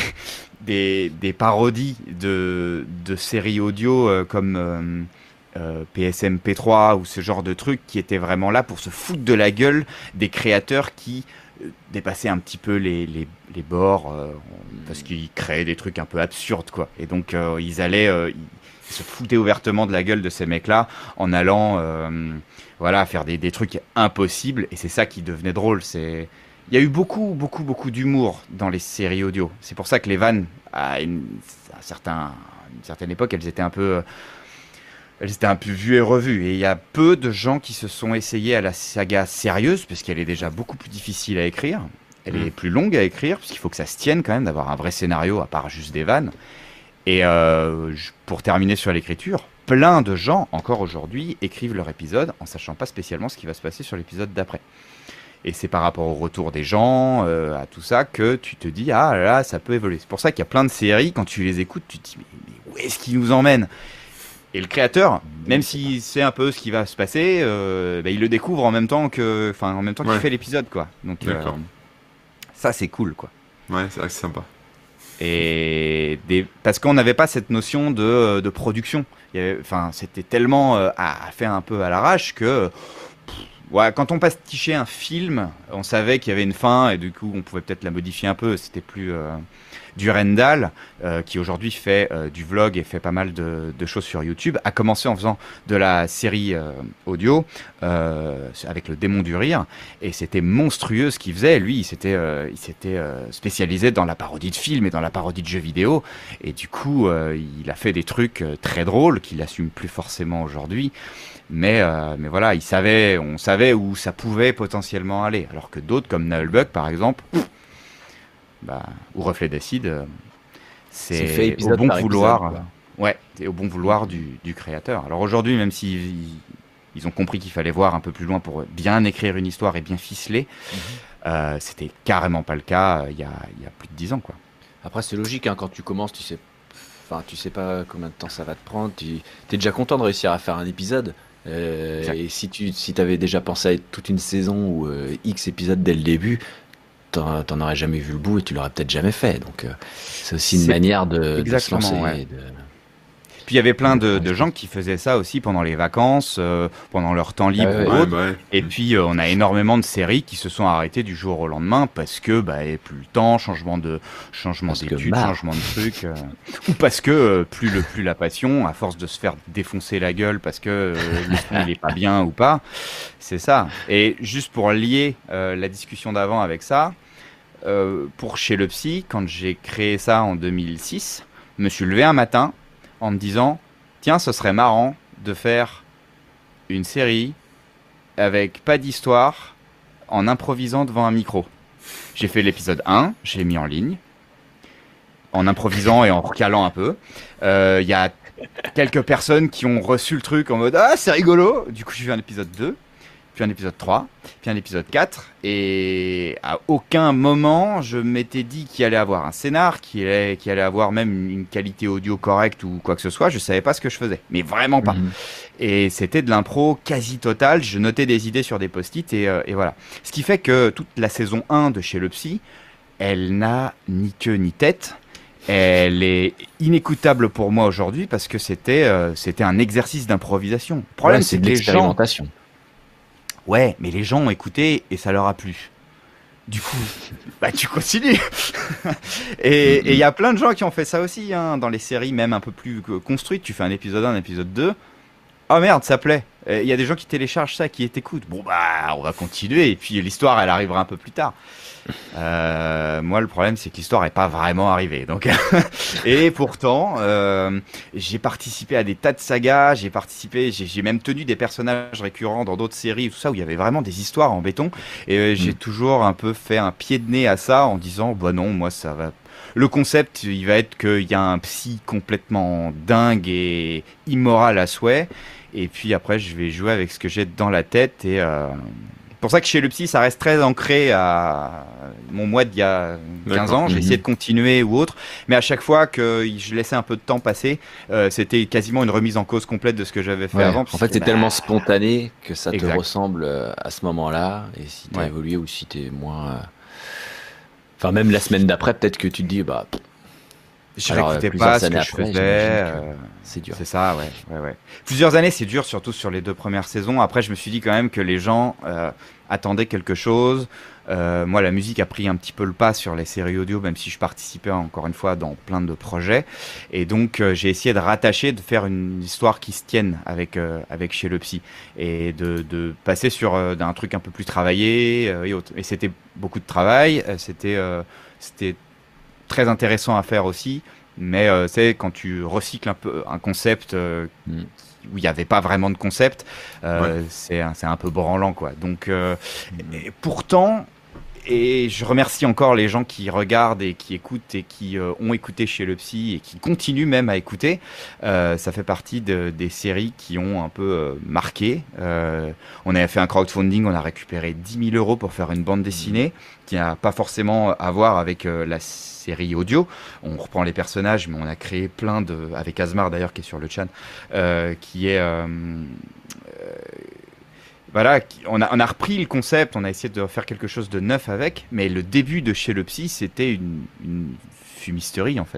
des, des parodies de, de séries audio euh, comme euh, euh, P S M P trois ou ce genre de trucs qui étaient vraiment là pour se foutre de la gueule des créateurs qui euh, dépassaient un petit peu les, les, les bords euh, parce qu'ils créaient des trucs un peu absurdes quoi. Et donc euh, ils allaient, euh, ils, ils se foutaient ouvertement de la gueule de ces mecs-là en allant, euh, voilà, faire des, des trucs impossibles. Et c'est ça qui devenait drôle. C'est, il y a eu beaucoup, beaucoup, beaucoup d'humour dans les séries audio. C'est pour ça que les vannes, à une, à certains, une certaine époque, elles étaient un peu euh, elles étaient un peu vues et revues. Et il y a peu de gens qui se sont essayés à la saga sérieuse, parce qu'elle est déjà beaucoup plus difficile à écrire. Elle Mm. est plus longue à écrire, parce qu'il faut que ça se tienne quand même, d'avoir un vrai scénario, à part juste des vannes. Et euh, je- pour terminer sur l'écriture, plein de gens, encore aujourd'hui, écrivent leur épisode en sachant pas spécialement ce qui va se passer sur l'épisode d'après. Et c'est par rapport au retour des gens, euh, à tout ça, que tu te dis, ah là, là, ça peut évoluer. C'est pour ça qu'il y a plein de séries, quand tu les écoutes, tu te dis, mais, mais où est-ce qu'ils nous emmènent? Et le créateur, même s'il sait un peu ce qui va se passer, euh, bah, il le découvre en même temps que, enfin, en même temps qu'il Ouais. fait l'épisode, quoi. Donc, euh, D'accord. ça, c'est cool, quoi. Ouais, c'est vrai que c'est sympa. Et des... parce qu'on n'avait pas cette notion de, de production. Il y avait- Enfin, c'était tellement euh, à, à faire un peu à l'arrache que, pff, ouais, quand on pastichait un film, on savait qu'il y avait une fin et du coup, on pouvait peut-être la modifier un peu. C'était plus euh, du Rendal, euh, qui aujourd'hui fait euh, du vlog et fait pas mal de, de choses sur YouTube, a commencé en faisant de la série euh, audio euh, avec le démon du rire, et c'était monstrueux ce qu'il faisait. Lui, il s'était euh, il s'était euh, spécialisé dans la parodie de films et dans la parodie de jeux vidéo, et du coup, euh, il a fait des trucs euh, très drôles qu'il assume plus forcément aujourd'hui. Mais, euh, mais voilà, il savait, on savait où ça pouvait potentiellement aller, alors que d'autres, comme Nullbug par exemple, pff, bah, ou Reflet d'acide, euh, C'est c'est fait au épisode bon par vouloir, épisode, euh, ouais, c'est au bon vouloir du, du créateur. Alors aujourd'hui, même si ils, ils ont compris qu'il fallait voir un peu plus loin pour bien écrire une histoire et bien ficeler, euh, c'était carrément pas le cas euh, il y a, il y a plus de dix ans, quoi. Après, c'est logique, hein, quand tu commences, tu sais, enfin, tu sais pas combien de temps ça va te prendre. Tu es déjà content de réussir à faire un épisode. Euh, Exact. et si tu si avais déjà pensé à toute une saison ou euh, X épisodes dès le début, t'en t'en aurais jamais vu le bout et tu l'aurais peut-être jamais fait. Donc, euh, c'est aussi une C'est manière de, de se exactement, lancer. ouais. et de- Puis il y avait plein de, Ouais, de je gens qui faisaient ça aussi pendant les vacances, euh, pendant leur temps libre ouais, ou ouais. autre. bah ouais. Et puis euh, on a énormément de séries qui se sont arrêtées du jour au lendemain parce que bah, il y avait plus le temps, changement de changement Parce que d'études, marre. changement de trucs, euh, ou parce que euh, plus le plus la passion, à force de se faire défoncer la gueule parce que euh, le son il est pas bien ou pas, c'est ça. Et juste pour lier euh, la discussion d'avant avec ça, euh, pour Chez le Psy, quand j'ai créé ça en deux mille six, je me suis levé un matin en me disant tiens, ce serait marrant de faire une série avec pas d'histoire en improvisant devant un micro. J'ai fait l'épisode un, je l'ai mis en ligne, en improvisant et en recalant un peu. Il euh, y a quelques personnes qui ont reçu le truc en mode ah, c'est rigolo. Du coup, j'ai fait un épisode deux, puis un épisode trois, puis un épisode quatre. Et à aucun moment, je m'étais dit qu'il allait avoir un scénar, qu'il allait, qu'il allait avoir même une qualité audio correcte ou quoi que ce soit. Je savais pas ce que je faisais, mais vraiment pas. Mhm. Et c'était de l'impro quasi totale. Je notais des idées sur des post-it et, euh, et voilà. Ce qui fait que toute la saison un de Chez le Psy, elle n'a ni queue ni tête. Elle est inécoutable pour moi aujourd'hui parce que c'était euh, c'était un exercice d'improvisation. Le problème, Ouais, c'est de que les gens... l'expérimentation. Ouais, mais les gens ont écouté et ça leur a plu. Du coup, bah tu continues. Et il y a plein de gens qui ont fait ça aussi, hein, dans les séries même un peu plus euh, construites. Tu fais un épisode un, un épisode deux. oh merde, ça plaît. Il y a des gens qui téléchargent ça, qui t'écoutent. Bon bah, on va continuer. Et puis l'histoire, elle arrivera un peu plus tard. Euh, moi, le problème, c'est que l'histoire n'est pas vraiment arrivée. Donc, et pourtant, euh, j'ai participé à des tas de sagas. J'ai participé, j'ai, j'ai même tenu des personnages récurrents dans d'autres séries, tout ça, où il y avait vraiment des histoires en béton. Et euh, j'ai mmh. toujours un peu fait un pied de nez à ça, en disant, bah non, moi, ça va. Le concept, il va être qu'il y a un psy complètement dingue et immoral à souhait. Et puis après, je vais jouer avec ce que j'ai dans la tête. Et euh, c'est pour ça que chez le psy, ça reste très ancré à mon moi d'il y a quinze D'accord. ans. J'ai mmh. essayé de continuer ou autre. Mais à chaque fois que je laissais un peu de temps passer, euh, c'était quasiment une remise en cause complète de ce que j'avais fait ouais. avant. En fait, c'est bah... tellement spontané que ça exact. te ressemble à ce moment-là. Et si tu as ouais. évolué ou si tu es moins... Euh... Enfin, même la semaine d'après, peut-être que tu te dis, bah... Je n'écoutais pas ce que je faisais. Euh, c'est dur. C'est ça, ouais, ouais, ouais. Plusieurs années, c'est dur, surtout sur les deux premières saisons. Après, je me suis dit quand même que les gens euh, attendaient quelque chose. Euh, moi, la musique a pris un petit peu le pas sur les séries audio, même si je participais encore une fois dans plein de projets. Et donc, euh, j'ai essayé de rattacher, de faire une histoire qui se tienne avec euh, avec Chez le Psy et de, de passer sur euh, un truc un peu plus travaillé euh, et autres. Et c'était beaucoup de travail. Euh, c'était euh, c'était très intéressant à faire aussi, mais euh, c'est quand tu recycles un peu un concept euh, mm. où il n'y avait pas vraiment de concept, euh, ouais. c'est, un, c'est un peu branlant, quoi. Donc, euh, mm. et pourtant, et je remercie encore les gens qui regardent et qui écoutent et qui euh, ont écouté Chez le Psy et qui continuent même à écouter. Euh, ça fait partie de, des séries qui ont un peu euh, marqué. Euh, on a fait un crowdfunding, on a récupéré dix mille euros pour faire une bande dessinée mmh. qui n'a pas forcément à voir avec euh, la série audio. On reprend les personnages, mais on a créé plein de... Avec Asmar d'ailleurs, qui est sur le chat, euh, qui est... Euh, euh, Voilà, on a, on a repris le concept, on a essayé de faire quelque chose de neuf avec, mais le début de Chez le Psy, c'était une, une fumisterie en fait.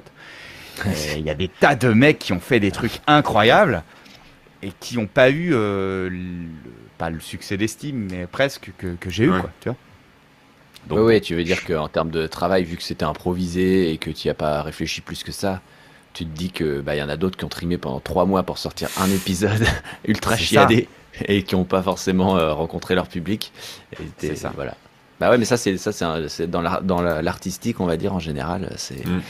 Il y a des tas de mecs qui ont fait des trucs incroyables et qui n'ont pas eu, euh, le, pas le succès d'estime, mais presque que, que j'ai eu, ouais. quoi, tu vois. Donc, oui, ouais, tu veux dire qu'en termes de travail, vu que c'était improvisé et que tu n'y as pas réfléchi plus que ça, tu te dis que bah, y en a d'autres qui ont trimé pendant trois mois pour sortir un épisode ultra chiadé. Et qui n'ont pas forcément euh, rencontré leur public. Et c'est ça. Voilà. Bah ouais, mais ça, c'est, ça, c'est, un, c'est dans, la, dans la, l'artistique, on va dire, en général, c'est, mm.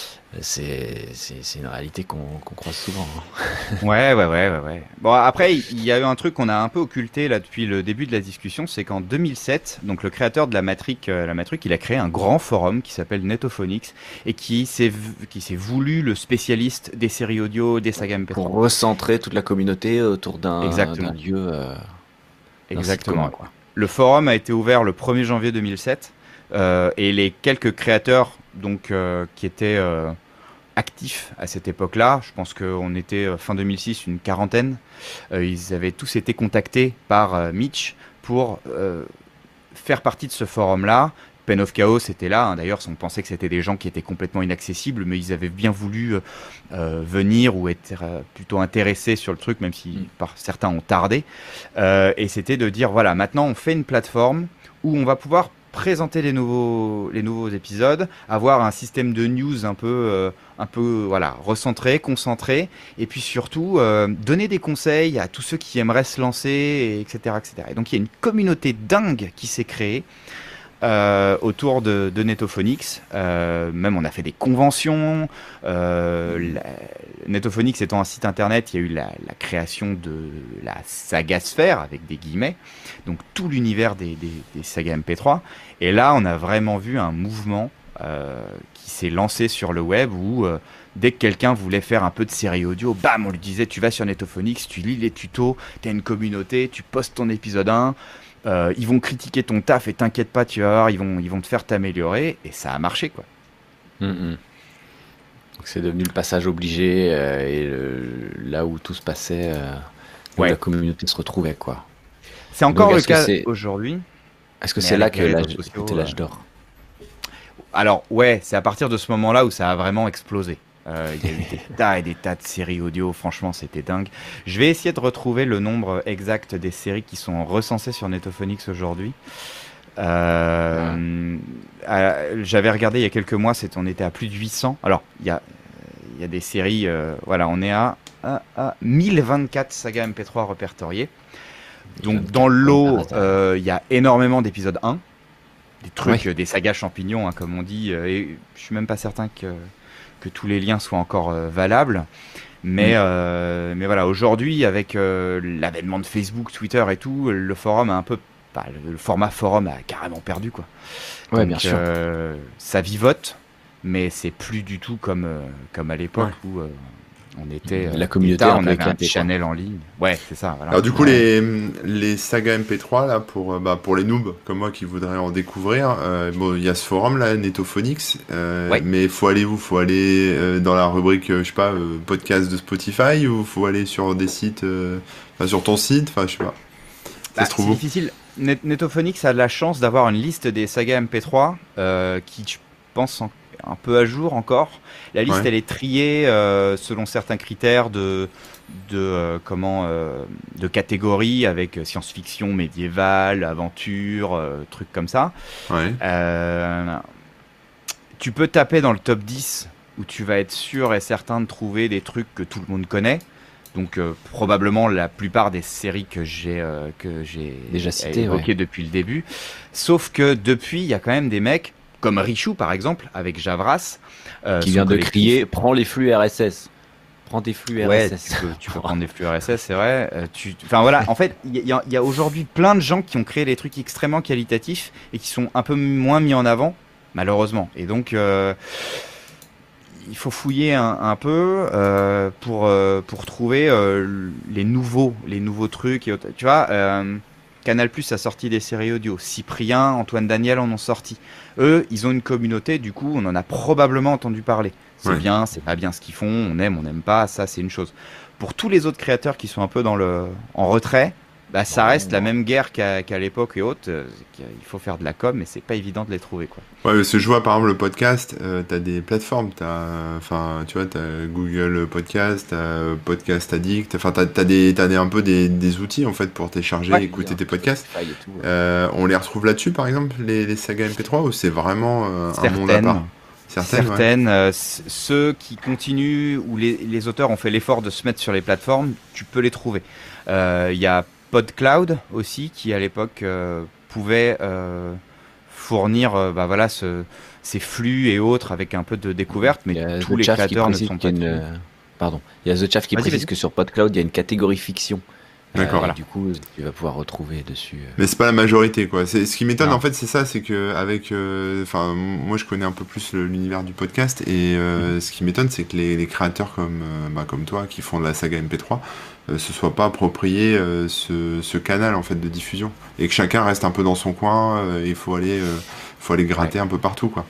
c'est, c'est, c'est une réalité qu'on, qu'on croise souvent. Hein. Ouais, ouais, ouais, ouais, ouais. Bon, après, il y a eu un truc qu'on a un peu occulté là depuis le début de la discussion, c'est qu'en deux mille sept, donc le créateur de la Matrix, euh, la Matrix, il a créé un grand forum qui s'appelle Netophonix et qui s'est, qui s'est voulu le spécialiste des séries audio, des sagas M P trois. Pour recentrer toute la communauté autour d'un, d'un lieu. Euh, Exactement. Commun, quoi. Le forum a été ouvert le premier janvier deux mille sept euh, et les quelques créateurs donc, euh, qui étaient euh, actifs à cette époque-là, je pense qu'on était euh, fin deux mille six, une quarantaine, euh, ils avaient tous été contactés par euh, Mitch pour euh, faire partie de ce forum-là. Pen of Chaos était là, hein. D'ailleurs on pensait que c'était des gens qui étaient complètement inaccessibles, mais ils avaient bien voulu euh, venir ou être euh, plutôt intéressés sur le truc, même si par, certains ont tardé. Euh, et c'était de dire, voilà, maintenant on fait une plateforme où on va pouvoir présenter les nouveaux, les nouveaux épisodes, avoir un système de news un peu, euh, un peu voilà, recentré, concentré, et puis surtout euh, donner des conseils à tous ceux qui aimeraient se lancer, et etc., et cetera. Et donc il y a une communauté dingue qui s'est créée Euh, autour de, de Netophonix. Euh, même on a fait des conventions. Euh, la, Netophonix étant un site internet, il y a eu la, la création de la saga Sphère, avec des guillemets, donc tout l'univers des, des, des sagas M P trois. Et là, on a vraiment vu un mouvement euh, qui s'est lancé sur le web où euh, dès que quelqu'un voulait faire un peu de série audio, bam, on lui disait, tu vas sur Netophonix, tu lis les tutos, tu as une communauté, tu postes ton épisode un. Euh, ils vont critiquer ton taf et t'inquiète pas, tu vas voir, ils vont, ils vont te faire t'améliorer, et ça a marché, quoi. Mmh. Donc c'est devenu le passage obligé euh, et le, là où tout se passait, euh, où ouais. la communauté se retrouvait, quoi. C'est encore Donc, le cas aujourd'hui. Est-ce que c'est là que l'âge, c'était l'âge d'or ? Alors ouais, c'est à partir de ce moment-là où ça a vraiment explosé. Euh, il y a eu des tas et des tas de séries audio, franchement c'était dingue. Je vais essayer de retrouver le nombre exact des séries qui sont recensées sur Netophonix aujourd'hui. Euh, euh, j'avais regardé il y a quelques mois, c'est, on était à plus de huit cents. Alors il y a, il y a des séries, euh, voilà, on est à un, un, mille vingt-quatre sagas M P trois répertoriées. Donc dans le lot, il euh, y a énormément d'épisodes un, des trucs, oui. des sagas champignons, hein, comme on dit, euh, et je suis même pas certain que, que tous les liens soient encore euh, valables. Mais, mmh. euh, mais voilà, aujourd'hui, avec euh, l'avènement de Facebook, Twitter et tout, le forum a un peu, bah, le, le format forum a carrément perdu, quoi. Ouais, Donc, bien sûr. Euh, ça vivote, mais c'est plus du tout comme, euh, comme à l'époque ouais. où euh, on était la communauté, État, on avait un channel en ligne. Ouais, c'est ça. Voilà. Alors du coup, ouais. les, les sagas M P trois là pour bah, pour les noobs comme moi qui voudraient en découvrir, euh, bon, il y a ce forum là, Netophonix, euh, ouais. mais faut aller où? Faut aller euh, dans la rubrique, euh, je sais pas, euh, podcast de Spotify ou faut aller sur des sites, euh, enfin sur ton site, enfin je sais pas. Ça bah, se trouve c'est où difficile. Net- Netophonix a de la chance d'avoir une liste des sagas M P trois euh, qui, je pense, en un peu à jour encore. La liste, ouais. elle est triée euh, selon certains critères de, de euh, comment euh, de catégories avec science-fiction, médiévale, aventure, euh, trucs comme ça. Ouais. Euh, tu peux taper dans le top dix où tu vas être sûr et certain de trouver des trucs que tout le monde connaît. Donc euh, probablement la plupart des séries que j'ai euh, que j'ai déjà citées, évoquées ouais. depuis le début. Sauf que depuis, il y a quand même des mecs comme Richou par exemple avec Javras euh, qui vient de crier prends les flux R S S, prends tes flux ouais, R S S. tu peux, tu peux prendre des flux R S S, c'est vrai. Euh, tu, enfin voilà, en fait, il y, y, y a aujourd'hui plein de gens qui ont créé des trucs extrêmement qualitatifs et qui sont un peu moins mis en avant, malheureusement. Et donc euh, il faut fouiller un, un peu euh, pour euh, pour trouver euh, les nouveaux les nouveaux trucs. Et, tu vois. Euh, Canal+ a sorti des séries audio. Cyprien, Antoine Daniel en ont sorti. Eux, ils ont une communauté, du coup, on en a probablement entendu parler. C'est ouais. bien, c'est pas bien ce qu'ils font, on aime, on n'aime pas, ça c'est une chose. Pour tous les autres créateurs qui sont un peu dans le, en retrait, bah, ça reste la même guerre qu'à, qu'à l'époque et autres. Euh, il faut faire de la com, mais c'est pas évident de les trouver, quoi. Ouais, parce que je vois par exemple le podcast, euh, t'as des plateformes, t'as, enfin, tu vois, t'as Google Podcast, t'as Podcast Addict, enfin, t'as, t'as des, t'as des, un peu des, des outils en fait pour télécharger, ouais, écouter tes podcasts. Tout, ouais. euh, on les retrouve là-dessus, par exemple, les, les sagas M P trois, ou c'est vraiment euh, un monde à part? Certaines, Certaines ouais. euh, c- ceux qui continuent, où les, les auteurs ont fait l'effort de se mettre sur les plateformes, tu peux les trouver. Il euh, y a PodCloud aussi, qui à l'époque euh, pouvait euh, fournir euh, bah, voilà, ce, ces flux et autres avec un peu de découverte, mais tous les créateurs ne sont pas... Une... Pardon, il y a The Chaff qui vas-y, précise vas-y. que sur PodCloud, il y a une catégorie fiction. D'accord. Euh, voilà. Du coup, tu vas pouvoir retrouver dessus. Euh... Mais c'est pas la majorité, quoi. C'est, ce qui m'étonne, non. en fait, c'est ça, c'est que avec, enfin, euh, moi, je connais un peu plus le, l'univers du podcast, et euh, mmh. ce qui m'étonne, c'est que les, les créateurs comme, euh, bah, comme toi, qui font de la saga M P trois, euh, se soient pas appropriés euh, ce, ce canal en fait de diffusion, et que chacun reste un peu dans son coin. Il euh, faut aller, euh, faut aller gratter ouais. un peu partout, quoi.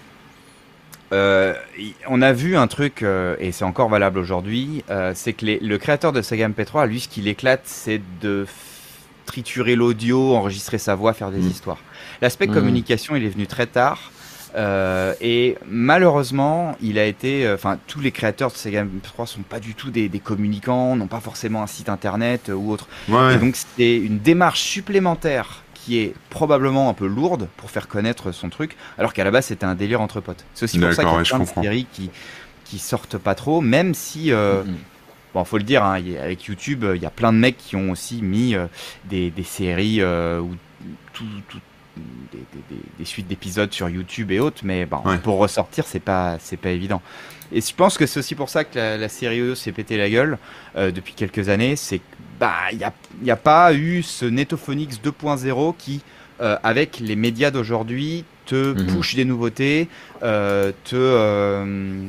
Euh, on a vu un truc, euh, et c'est encore valable aujourd'hui, euh, c'est que les, le créateur de saga M P trois, lui, ce qui l'éclate, c'est de f- triturer l'audio, enregistrer sa voix, faire des mmh. histoires. L'aspect mmh. communication, il est venu très tard, euh, et malheureusement, il a été, enfin, euh, tous les créateurs de saga M P trois sont pas du tout des, des communicants, n'ont pas forcément un site internet euh, ou autre. Ouais. Et donc, c'est une démarche supplémentaire qui est probablement un peu lourde pour faire connaître son truc, alors qu'à la base c'était un délire entre potes. C'est aussi pour D'accord, ça qu'il y a ouais, plein de comprends. séries qui, qui sortent pas trop, même si, euh, mm-hmm. bon, faut le dire, hein, avec YouTube, il y a plein de mecs qui ont aussi mis euh, des, des séries euh, ou tout, tout, des, des, des, des suites d'épisodes sur YouTube et autres, mais bon, ouais. pour ressortir, c'est pas, c'est pas évident. Et je pense que c'est aussi pour ça que la, la série audio s'est pété la gueule euh, depuis quelques années, c'est que bah, il n'y a, y a pas eu ce Netophonix deux point zéro qui, euh, avec les médias d'aujourd'hui, te mmh. push des nouveautés, euh, te, euh,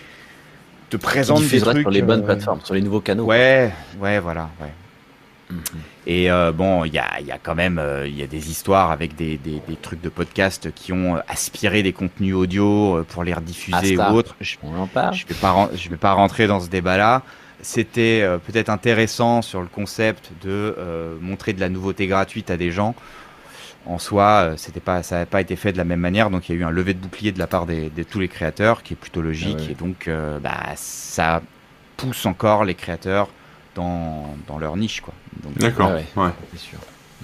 te présente des trucs sur les bonnes euh... plateformes, sur les nouveaux canaux. Ouais, ouais, voilà. Ouais. Mmh. Et euh, bon, il y a, y a quand même euh, y a des histoires avec des, des, des trucs de podcast qui ont aspiré des contenus audio pour les rediffuser ou autre. Je, On en parle. Je vais pas, je vais pas rentrer dans ce débat-là. C'était euh, peut-être intéressant sur le concept de euh, montrer de la nouveauté gratuite à des gens. En soi, euh, c'était pas, ça n'a pas été fait de la même manière, donc il y a eu un lever de bouclier de la part des, de tous les créateurs, qui est plutôt logique, ah ouais. et donc euh, bah, ça pousse encore les créateurs dans, dans leur niche, quoi. Donc, D'accord, ouais, ouais. c'est sûr.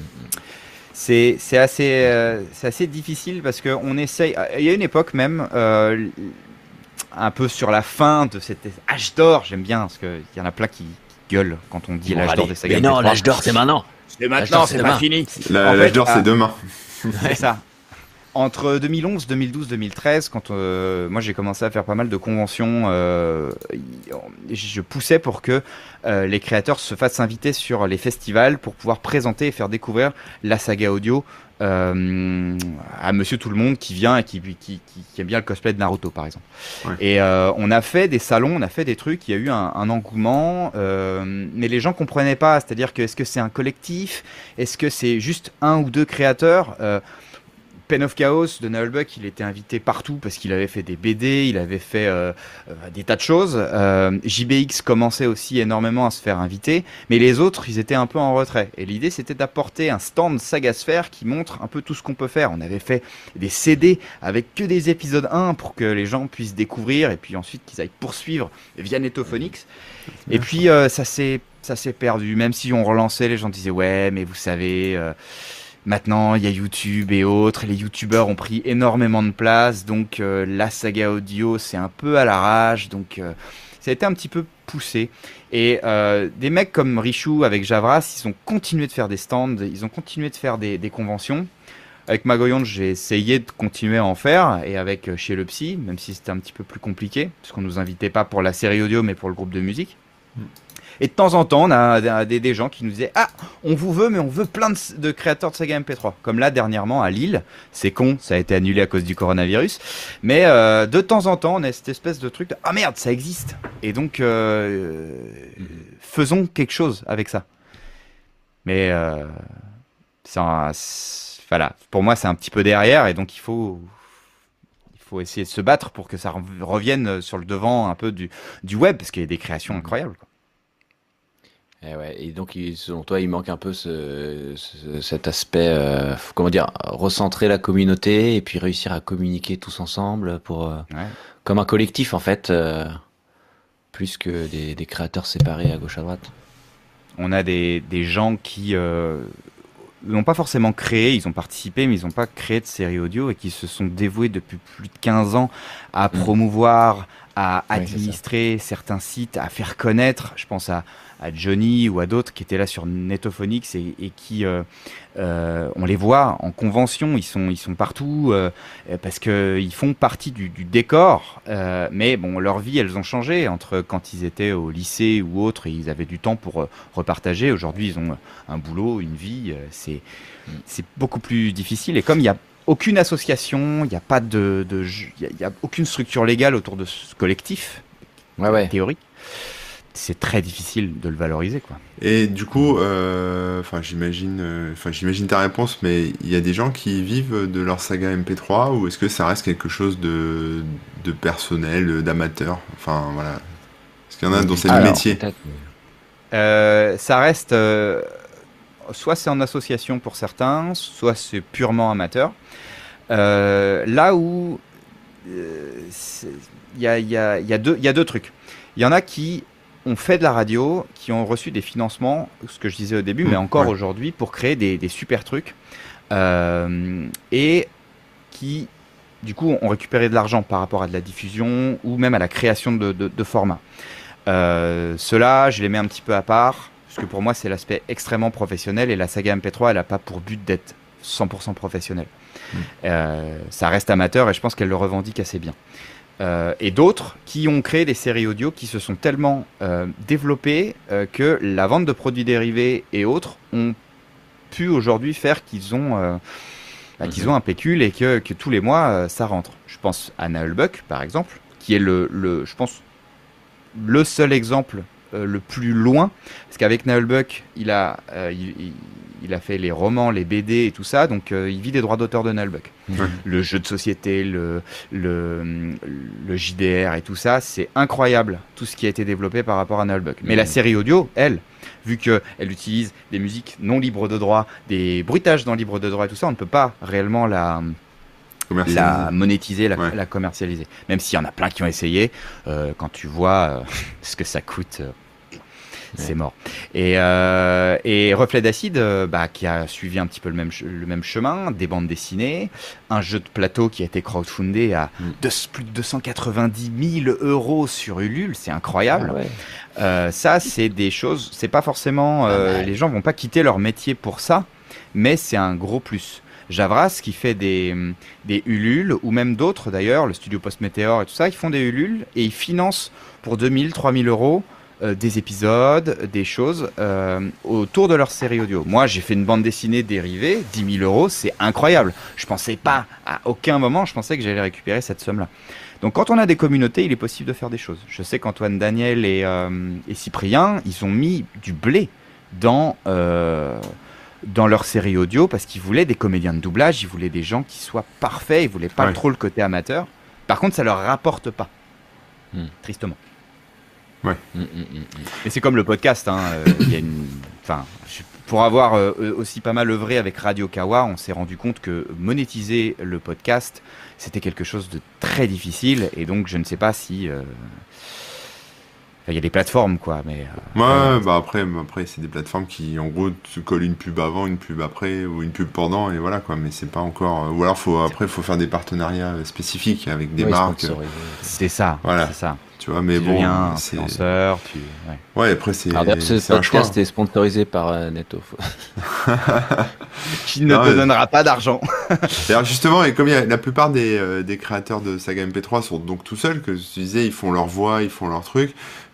C'est, c'est, assez, euh, c'est assez difficile parce qu'on essaye. Il y a une époque même. Euh, un peu sur la fin de cet âge d'or, j'aime bien, parce qu'il y en a plein qui, gueule quand on dit Ils vont l'âge d'or râler. des sagas Mais non, M P trois. l'âge d'or, c'est maintenant. C'est L'âge maintenant, d'or, c'est c'est pas demain. fini. La- En L'âge fait, d'or, euh, c'est demain. C'est ça. Entre deux mille onze, deux mille douze, deux mille treize, quand euh, moi j'ai commencé à faire pas mal de conventions, euh, je poussais pour que euh, les créateurs se fassent inviter sur les festivals pour pouvoir présenter et faire découvrir la saga audio euh, à Monsieur Tout le Monde qui vient et qui, qui, qui, qui aime bien le cosplay de Naruto par exemple. Ouais. Et euh, on a fait des salons, on a fait des trucs, il y a eu un, un engouement, euh, mais les gens comprenaient pas. C'est-à-dire que est-ce que c'est un collectif, est-ce que c'est juste un ou deux créateurs euh, Pen of Chaos de Nullbuck, il était invité partout parce qu'il avait fait des B D, il avait fait euh, euh, des tas de choses. Euh, J B X commençait aussi énormément à se faire inviter, mais les autres, ils étaient un peu en retrait. Et l'idée, c'était d'apporter un stand Sagasphère qui montre un peu tout ce qu'on peut faire. On avait fait des C D avec que des épisodes un pour que les gens puissent découvrir et puis ensuite qu'ils aillent poursuivre via Netophonix. Et puis, euh, ça s'est ça s'est perdu. Même si on relançait, les gens disaient « Ouais, mais vous savez... Euh, » Maintenant, il y a YouTube et autres. Les YouTubeurs ont pris énormément de place. Donc, euh, la saga audio, c'est un peu à l'arrache. Donc, euh, ça a été un petit peu poussé. Et euh, des mecs comme Richou avec Javras, ils ont continué de faire des stands. Ils ont continué de faire des, des conventions. Avec Magoyon, j'ai essayé de continuer à en faire. Et avec euh, Chez le Psy, même si c'était un petit peu plus compliqué. Parce qu'on ne nous invitait pas pour la série audio, mais pour le groupe de musique. Mm. Et de temps en temps, on a des, des gens qui nous disaient « Ah, on vous veut, mais on veut plein de, de créateurs de saga M P trois. » Comme là, dernièrement, à Lille. C'est con, ça a été annulé à cause du coronavirus. Mais euh, de temps en temps, on a cette espèce de truc de « Ah merde, ça existe !» Et donc, euh, faisons quelque chose avec ça. Mais euh, ça, voilà, pour moi, c'est un petit peu derrière. Et donc, il faut... Il faut essayer de se battre pour que ça revienne sur le devant un peu du, du web. Parce qu'il y a des créations incroyables, quoi. Et, ouais, et donc, il, selon toi, il manque un peu ce, ce, cet aspect, euh, comment dire, recentrer la communauté et puis réussir à communiquer tous ensemble pour, euh, ouais. comme un collectif en fait, euh, plus que des, des créateurs séparés à gauche à droite. On a des, des gens qui euh, n'ont pas forcément créé, ils ont participé, mais ils n'ont pas créé de série audio et qui se sont dévoués depuis plus de quinze ans à promouvoir, mmh. à administrer oui, certains sites, à faire connaître. Je pense à à Johnny ou à d'autres qui étaient là sur Netophonix et, et qui, euh, euh, on les voit en convention, ils sont, ils sont partout euh, parce qu'ils font partie du, du décor, euh, mais bon, leur vie, elles ont changé entre quand ils étaient au lycée ou autre et ils avaient du temps pour euh, repartager. Aujourd'hui, ils ont un boulot, une vie, euh, c'est, c'est beaucoup plus difficile. Et comme il y a aucune association, il n'y a pas de, de il y a, y a aucune structure légale autour de ce collectif ouais, ouais. théorique, c'est très difficile de le valoriser, quoi. Et du coup, enfin, euh, j'imagine, enfin, euh, j'imagine ta réponse, mais il y a des gens qui vivent de leur saga M P trois ou est-ce que ça reste quelque chose de, de personnel, d'amateur? Enfin, voilà. Est-ce qu'il y en a dont c'est le métier? euh, Ça reste, euh, soit c'est en association pour certains, soit c'est purement amateur. Euh, là où il euh, y a, y a, y a deux, y a deux trucs. Il y en a qui ont fait de la radio, qui ont reçu des financements, ce que je disais au début, mmh, mais encore ouais. aujourd'hui, pour créer des, des super trucs, euh, et qui, du coup, ont récupéré de l'argent par rapport à de la diffusion, ou même à la création de, de, de formats. Euh, Ceux-là, je les mets un petit peu à part, parce que pour moi, c'est l'aspect extrêmement professionnel, et la saga M P trois, elle n'a pas pour but d'être cent pour cent professionnelle. Mmh. Euh, ça reste amateur, et je pense qu'elle le revendique assez bien. Euh, et d'autres qui ont créé des séries audio qui se sont tellement euh, développées euh, que la vente de produits dérivés et autres ont pu aujourd'hui faire qu'ils ont, euh, bah, mm-hmm. qu'ils ont un pécule et que, que tous les mois euh, ça rentre. Je pense à Nullbuck par exemple, qui est le, le, je pense, le seul exemple euh, le plus loin, parce qu'avec Nullbuck, il a, euh, il, il, il a fait les romans, les B D et tout ça, donc euh, il vit des droits d'auteur de Nullbuck. Mmh. Le jeu de société, le, le, le J D R et tout ça, c'est incroyable, tout ce qui a été développé par rapport à Nullbuck. Mais mmh. la série audio, elle, vu qu'elle utilise des musiques non libres de droit, des bruitages non libres de droit et tout ça, on ne peut pas réellement la... la monétiser, la, ouais. la commercialiser. Même s'il y en a plein qui ont essayé, euh, quand tu vois euh, ce que ça coûte, euh, c'est mort. Et, euh, et Reflet d'acide, euh, bah, qui a suivi un petit peu le même, ch- le même chemin, des bandes dessinées, un jeu de plateau qui a été crowdfundé à Mm. deux- plus de deux cent quatre-vingt-dix mille euros sur Ulule, c'est incroyable. Ah ouais. Euh, ça, c'est des choses, c'est pas forcément, euh, les gens vont pas quitter leur métier pour ça, mais c'est un gros plus. Javras qui fait des, des Ulule, ou même d'autres d'ailleurs, le studio Post Météor et tout ça, ils font des Ulule et ils financent pour deux mille, trois mille euros euh, des épisodes, des choses euh, autour de leur série audio. Moi, j'ai fait une bande dessinée dérivée, dix mille euros, c'est incroyable. Je pensais pas, à aucun moment, je pensais que j'allais récupérer cette somme-là. Donc quand on a des communautés, il est possible de faire des choses. Je sais qu'Antoine Daniel et, euh, et Cyprien, ils ont mis du blé dans, euh, dans leur série audio parce qu'ils voulaient des comédiens de doublage, ils voulaient des gens qui soient parfaits, ils voulaient pas Ouais. trop le côté amateur. Par contre, ça leur rapporte pas, Hmm. tristement. Mm, mm, mm, mm. Mais c'est comme le podcast, hein, euh, il y a une... enfin, je- pour avoir euh, aussi pas mal œuvré avec Radio Kawa, on s'est rendu compte que monétiser le podcast, c'était quelque chose de très difficile, et donc je ne sais pas si... euh, enfin, il y a des plateformes, quoi, mais... euh, Ouais, bah après, après c'est des plateformes qui, en gros, te collent une pub avant, une pub après, ou une pub pendant, et voilà, quoi. Mais c'est pas encore... Ou alors, faut, après, il faut faire des partenariats euh, spécifiques avec des Oui, marques, sponsorisé. c'est ça, Voilà. c'est ça. tu vois, mais tu bon, deviens c'est... influenceur, tu... ouais. Ouais, après, c'est Alors d'ailleurs, ce c'est un choix. podcast est sponsorisé par euh, Netto. Qui ne Non, te mais- donnera pas d'argent. D'ailleurs, justement, et comme il y a, la plupart des, euh, des créateurs de Saga M P trois sont donc tout seuls, que tu disais, ils font leur voix, ils font leur truc.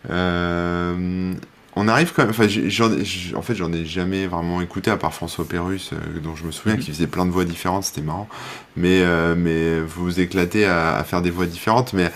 Euh, on arrive quand même. Enfin, j'ai- j'en, ai- j'- en fait, j'en ai jamais vraiment écouté à part François Pérus, euh, dont je me souviens, qui faisait plein de voix différentes, c'était marrant. Mais, euh, mais vous vous éclatez à, à faire des voix différentes, mais.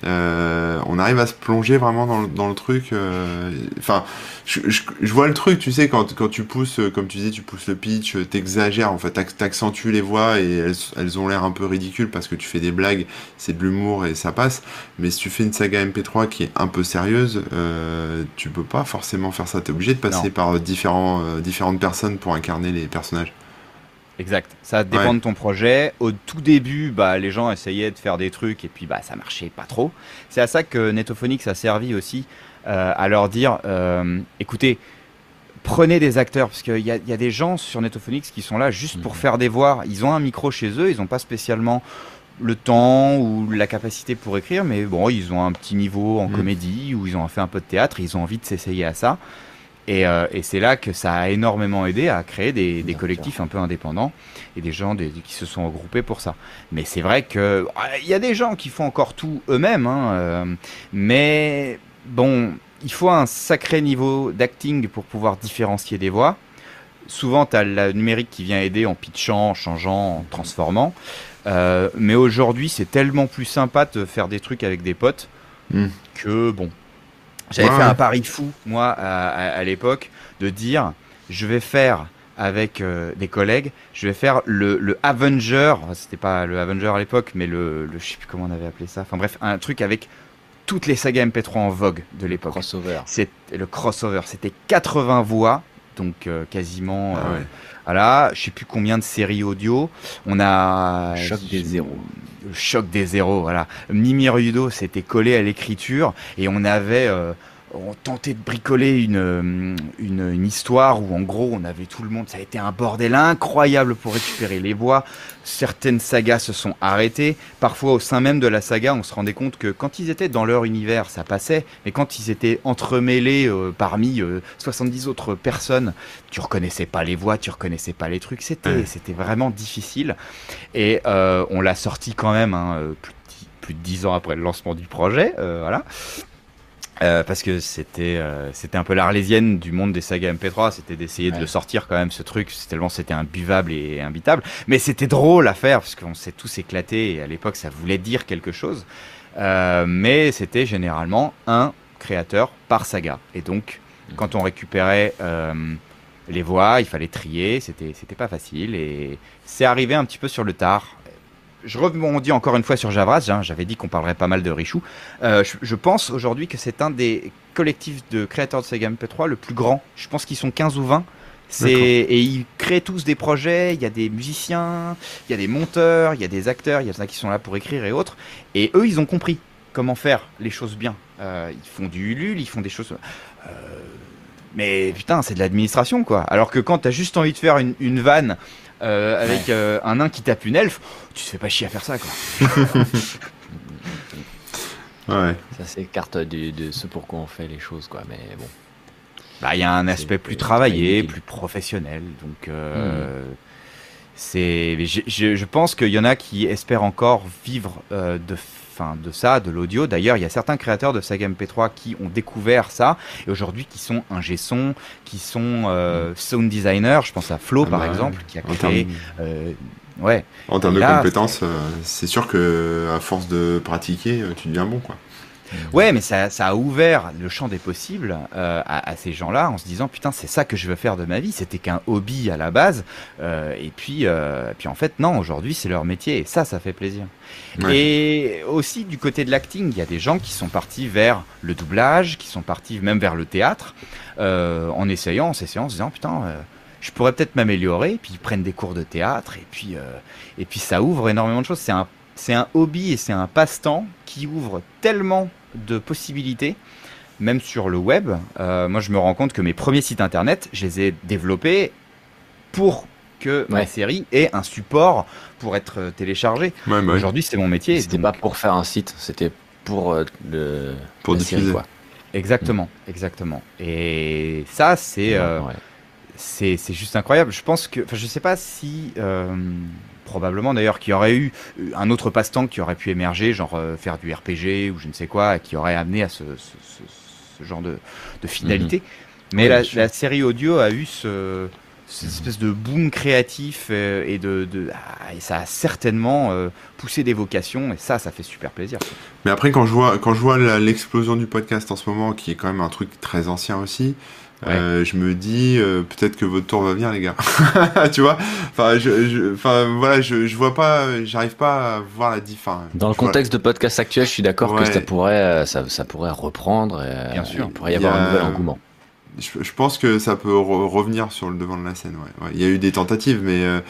Euh, on arrive à se plonger vraiment dans le, dans le truc. euh, Enfin, je, je, je vois le truc, tu sais, quand, quand tu pousses, euh, comme tu disais, tu pousses le pitch, euh, t'exagères, en fait, t'ac- t'accentues les voix et elles, elles ont l'air un peu ridicules parce que tu fais des blagues, c'est de l'humour et ça passe. Mais si tu fais une saga M P trois qui est un peu sérieuse, euh, tu peux pas forcément faire ça. T'es obligé de passer Non. par différents, euh, différentes personnes pour incarner les personnages. Exact. Ça dépend Ouais. de ton projet. Au tout début, bah, les gens essayaient de faire des trucs et puis bah, ça marchait pas trop. C'est à ça que Netophonix a servi aussi, euh, à leur dire, euh, écoutez, prenez des acteurs, parce qu'il y a, il y a des gens sur Netophonix qui sont là juste pour Mhm. faire des voix. Ils ont un micro chez eux, ils n'ont pas spécialement le temps ou la capacité pour écrire, mais bon, ils ont un petit niveau en Mhm. comédie ou ils ont fait un peu de théâtre, ils ont envie de s'essayer à ça. Et, euh, et c'est là que ça a énormément aidé à créer des, des Bien collectifs un peu indépendants et des gens des- qui se sont regroupés pour ça. Mais c'est vrai que ah, il y a des gens qui font encore tout eux-mêmes, hein, euh, mais bon, il faut un sacré niveau d'acting pour pouvoir différencier des voix. Souvent, tu as le numérique qui vient aider en pitchant, en changeant, en transformant. Euh, mais aujourd'hui, c'est tellement plus sympa de faire des trucs avec des potes Mm. que bon. J'avais Ouais, fait ouais. un pari fou, moi, à, à- à l'époque, de dire je vais faire avec euh, des collègues, je vais faire le, le Avenger, enfin, c'était pas le Avenger à l'époque, mais le, le. Je sais plus comment on avait appelé ça. Enfin bref, un truc avec toutes les sagas M P trois en vogue de l'époque. Crossover. C'est le crossover, c'était quatre-vingts voix, donc euh, quasiment. Ah euh, ouais. Voilà, je sais plus combien de séries audio. On a Choc des zéros. Le choc des zéros, voilà. Mimi Rudo s'était collé à l'écriture et on avait euh, on tentait de bricoler une, euh, une une histoire où en gros on avait tout le monde. Ça a été un bordel incroyable pour récupérer les voix. Certaines sagas se sont arrêtées. Parfois au sein même de la saga, on se rendait compte que quand ils étaient dans leur univers, ça passait, mais quand ils étaient entremêlés euh, parmi euh, soixante-dix autres personnes, tu reconnaissais pas les voix, tu reconnaissais pas les trucs. C'était Ouais. c'était vraiment difficile. Et euh, on l'a sorti quand même hein, euh, plus, de dix, plus de dix ans après le lancement du projet, euh, voilà. Euh, parce que c'était euh, c'était un peu l'arlésienne du monde des sagas M P trois, c'était d'essayer de Ouais. le sortir quand même ce truc, c'est tellement c'était imbuvable et imbitable, mais c'était drôle à faire parce qu'on s'est tous éclatés et à l'époque ça voulait dire quelque chose, Euh, mais c'était généralement un créateur par saga et donc quand on récupérait euh, les voix, il fallait trier, c'était c'était pas facile et c'est arrivé un petit peu sur le tard. Je rebondis encore une fois sur Javras, hein, j'avais dit qu'on parlerait pas mal de Richou. Euh, je, je pense aujourd'hui que c'est un des collectifs de créateurs de Saga M P trois le plus grand. Je pense qu'ils sont quinze ou vingt. C'est... D'accord. Et ils créent tous des projets, il y a des musiciens, il y a des monteurs, il y a des acteurs, il y en a qui sont là pour écrire et autres. Et eux, ils ont compris comment faire les choses bien. Euh, ils font du Ulule, ils font des choses... Euh, mais putain, c'est de l'administration, quoi. Alors que quand t'as juste envie de faire une, une vanne euh, avec Ouais. euh, un nain qui tape une elfe, tu te fais pas chier à faire ça, quoi. Ouais. Ça s'écarte du- de ce pour quoi on fait les choses, quoi. Mais bon. Bah, il y a un C'est- aspect plus c'est travaillé, inutile. plus professionnel. Donc, euh, c'est, mais je, je- je pense qu'il y en a qui espèrent encore vivre euh, de, fin, de ça, de l'audio. D'ailleurs, il y a certains créateurs de saga M P trois qui ont découvert ça et aujourd'hui qui sont ingé son, qui sont euh, sound designers. Je pense à Flo, Ah par bah, exemple, qui a en créé. euh, ouais. En termes Et de là, compétences, euh, c'est sûr que à force de pratiquer, euh, tu deviens bon, quoi. Ouais, mais ça, ça a ouvert le champ des possibles euh, à, à ces gens-là en se disant putain, c'est ça que je veux faire de ma vie. C'était qu'un hobby à la base, euh, et puis, euh, puis en fait non, aujourd'hui c'est leur métier et ça, ça fait plaisir. Ouais. Et aussi du côté de l'acting, il y a des gens qui sont partis vers le doublage, qui sont partis même vers le théâtre, euh, en essayant, en s'essayant, en se disant putain. Euh, je pourrais peut-être m'améliorer, puis ils prennent des cours de théâtre, et puis, euh, et puis ça ouvre énormément de choses. C'est un, c'est un hobby et c'est un passe-temps qui ouvre tellement de possibilités, même sur le web. Euh, moi, je me rends compte que mes premiers sites internet, je les ai développés pour que ma Ouais. série ait un support pour être euh, téléchargée. Ouais, bah ouais. Aujourd'hui, c'est mon métier. C'était donc- pas pour faire un site, c'était pour euh, le. Pour la diffuser. série, quoi. Exactement, exactement. Et ça, c'est euh, Ouais. c'est c'est juste incroyable. Je pense que, enfin, je sais pas si euh, probablement d'ailleurs qu'il y aurait eu un autre passe-temps qui aurait pu émerger, genre euh, faire du R P G ou je ne sais quoi, qui aurait amené à ce, ce, ce- ce genre de, de finalité. Mais Oui, la, bien sûr. la série audio a eu ce, cette espèce de boom créatif euh, et de, de ah, et ça a certainement euh, poussé des vocations et ça, ça fait super plaisir. Mais après, quand je vois, quand je vois la- l'explosion du podcast en ce moment, qui est quand même un truc très ancien aussi, Ouais. euh, je me dis euh, peut-être que votre tour va venir, les gars. Tu vois? Enfin, je, je- enfin, voilà, je, je vois pas, j'arrive pas à voir la diff. enfin, Dans le tu vois. contexte de podcast actuel, je suis d'accord que Ouais. ça pourrait, euh, ça, ça pourrait reprendre. et, Bien euh, sûr. Il pourrait y Il y avoir a- un nouvel engouement. Je, je pense que ça peut re- revenir sur le devant de la scène. Ouais. Ouais. Il y a eu des tentatives, mais euh,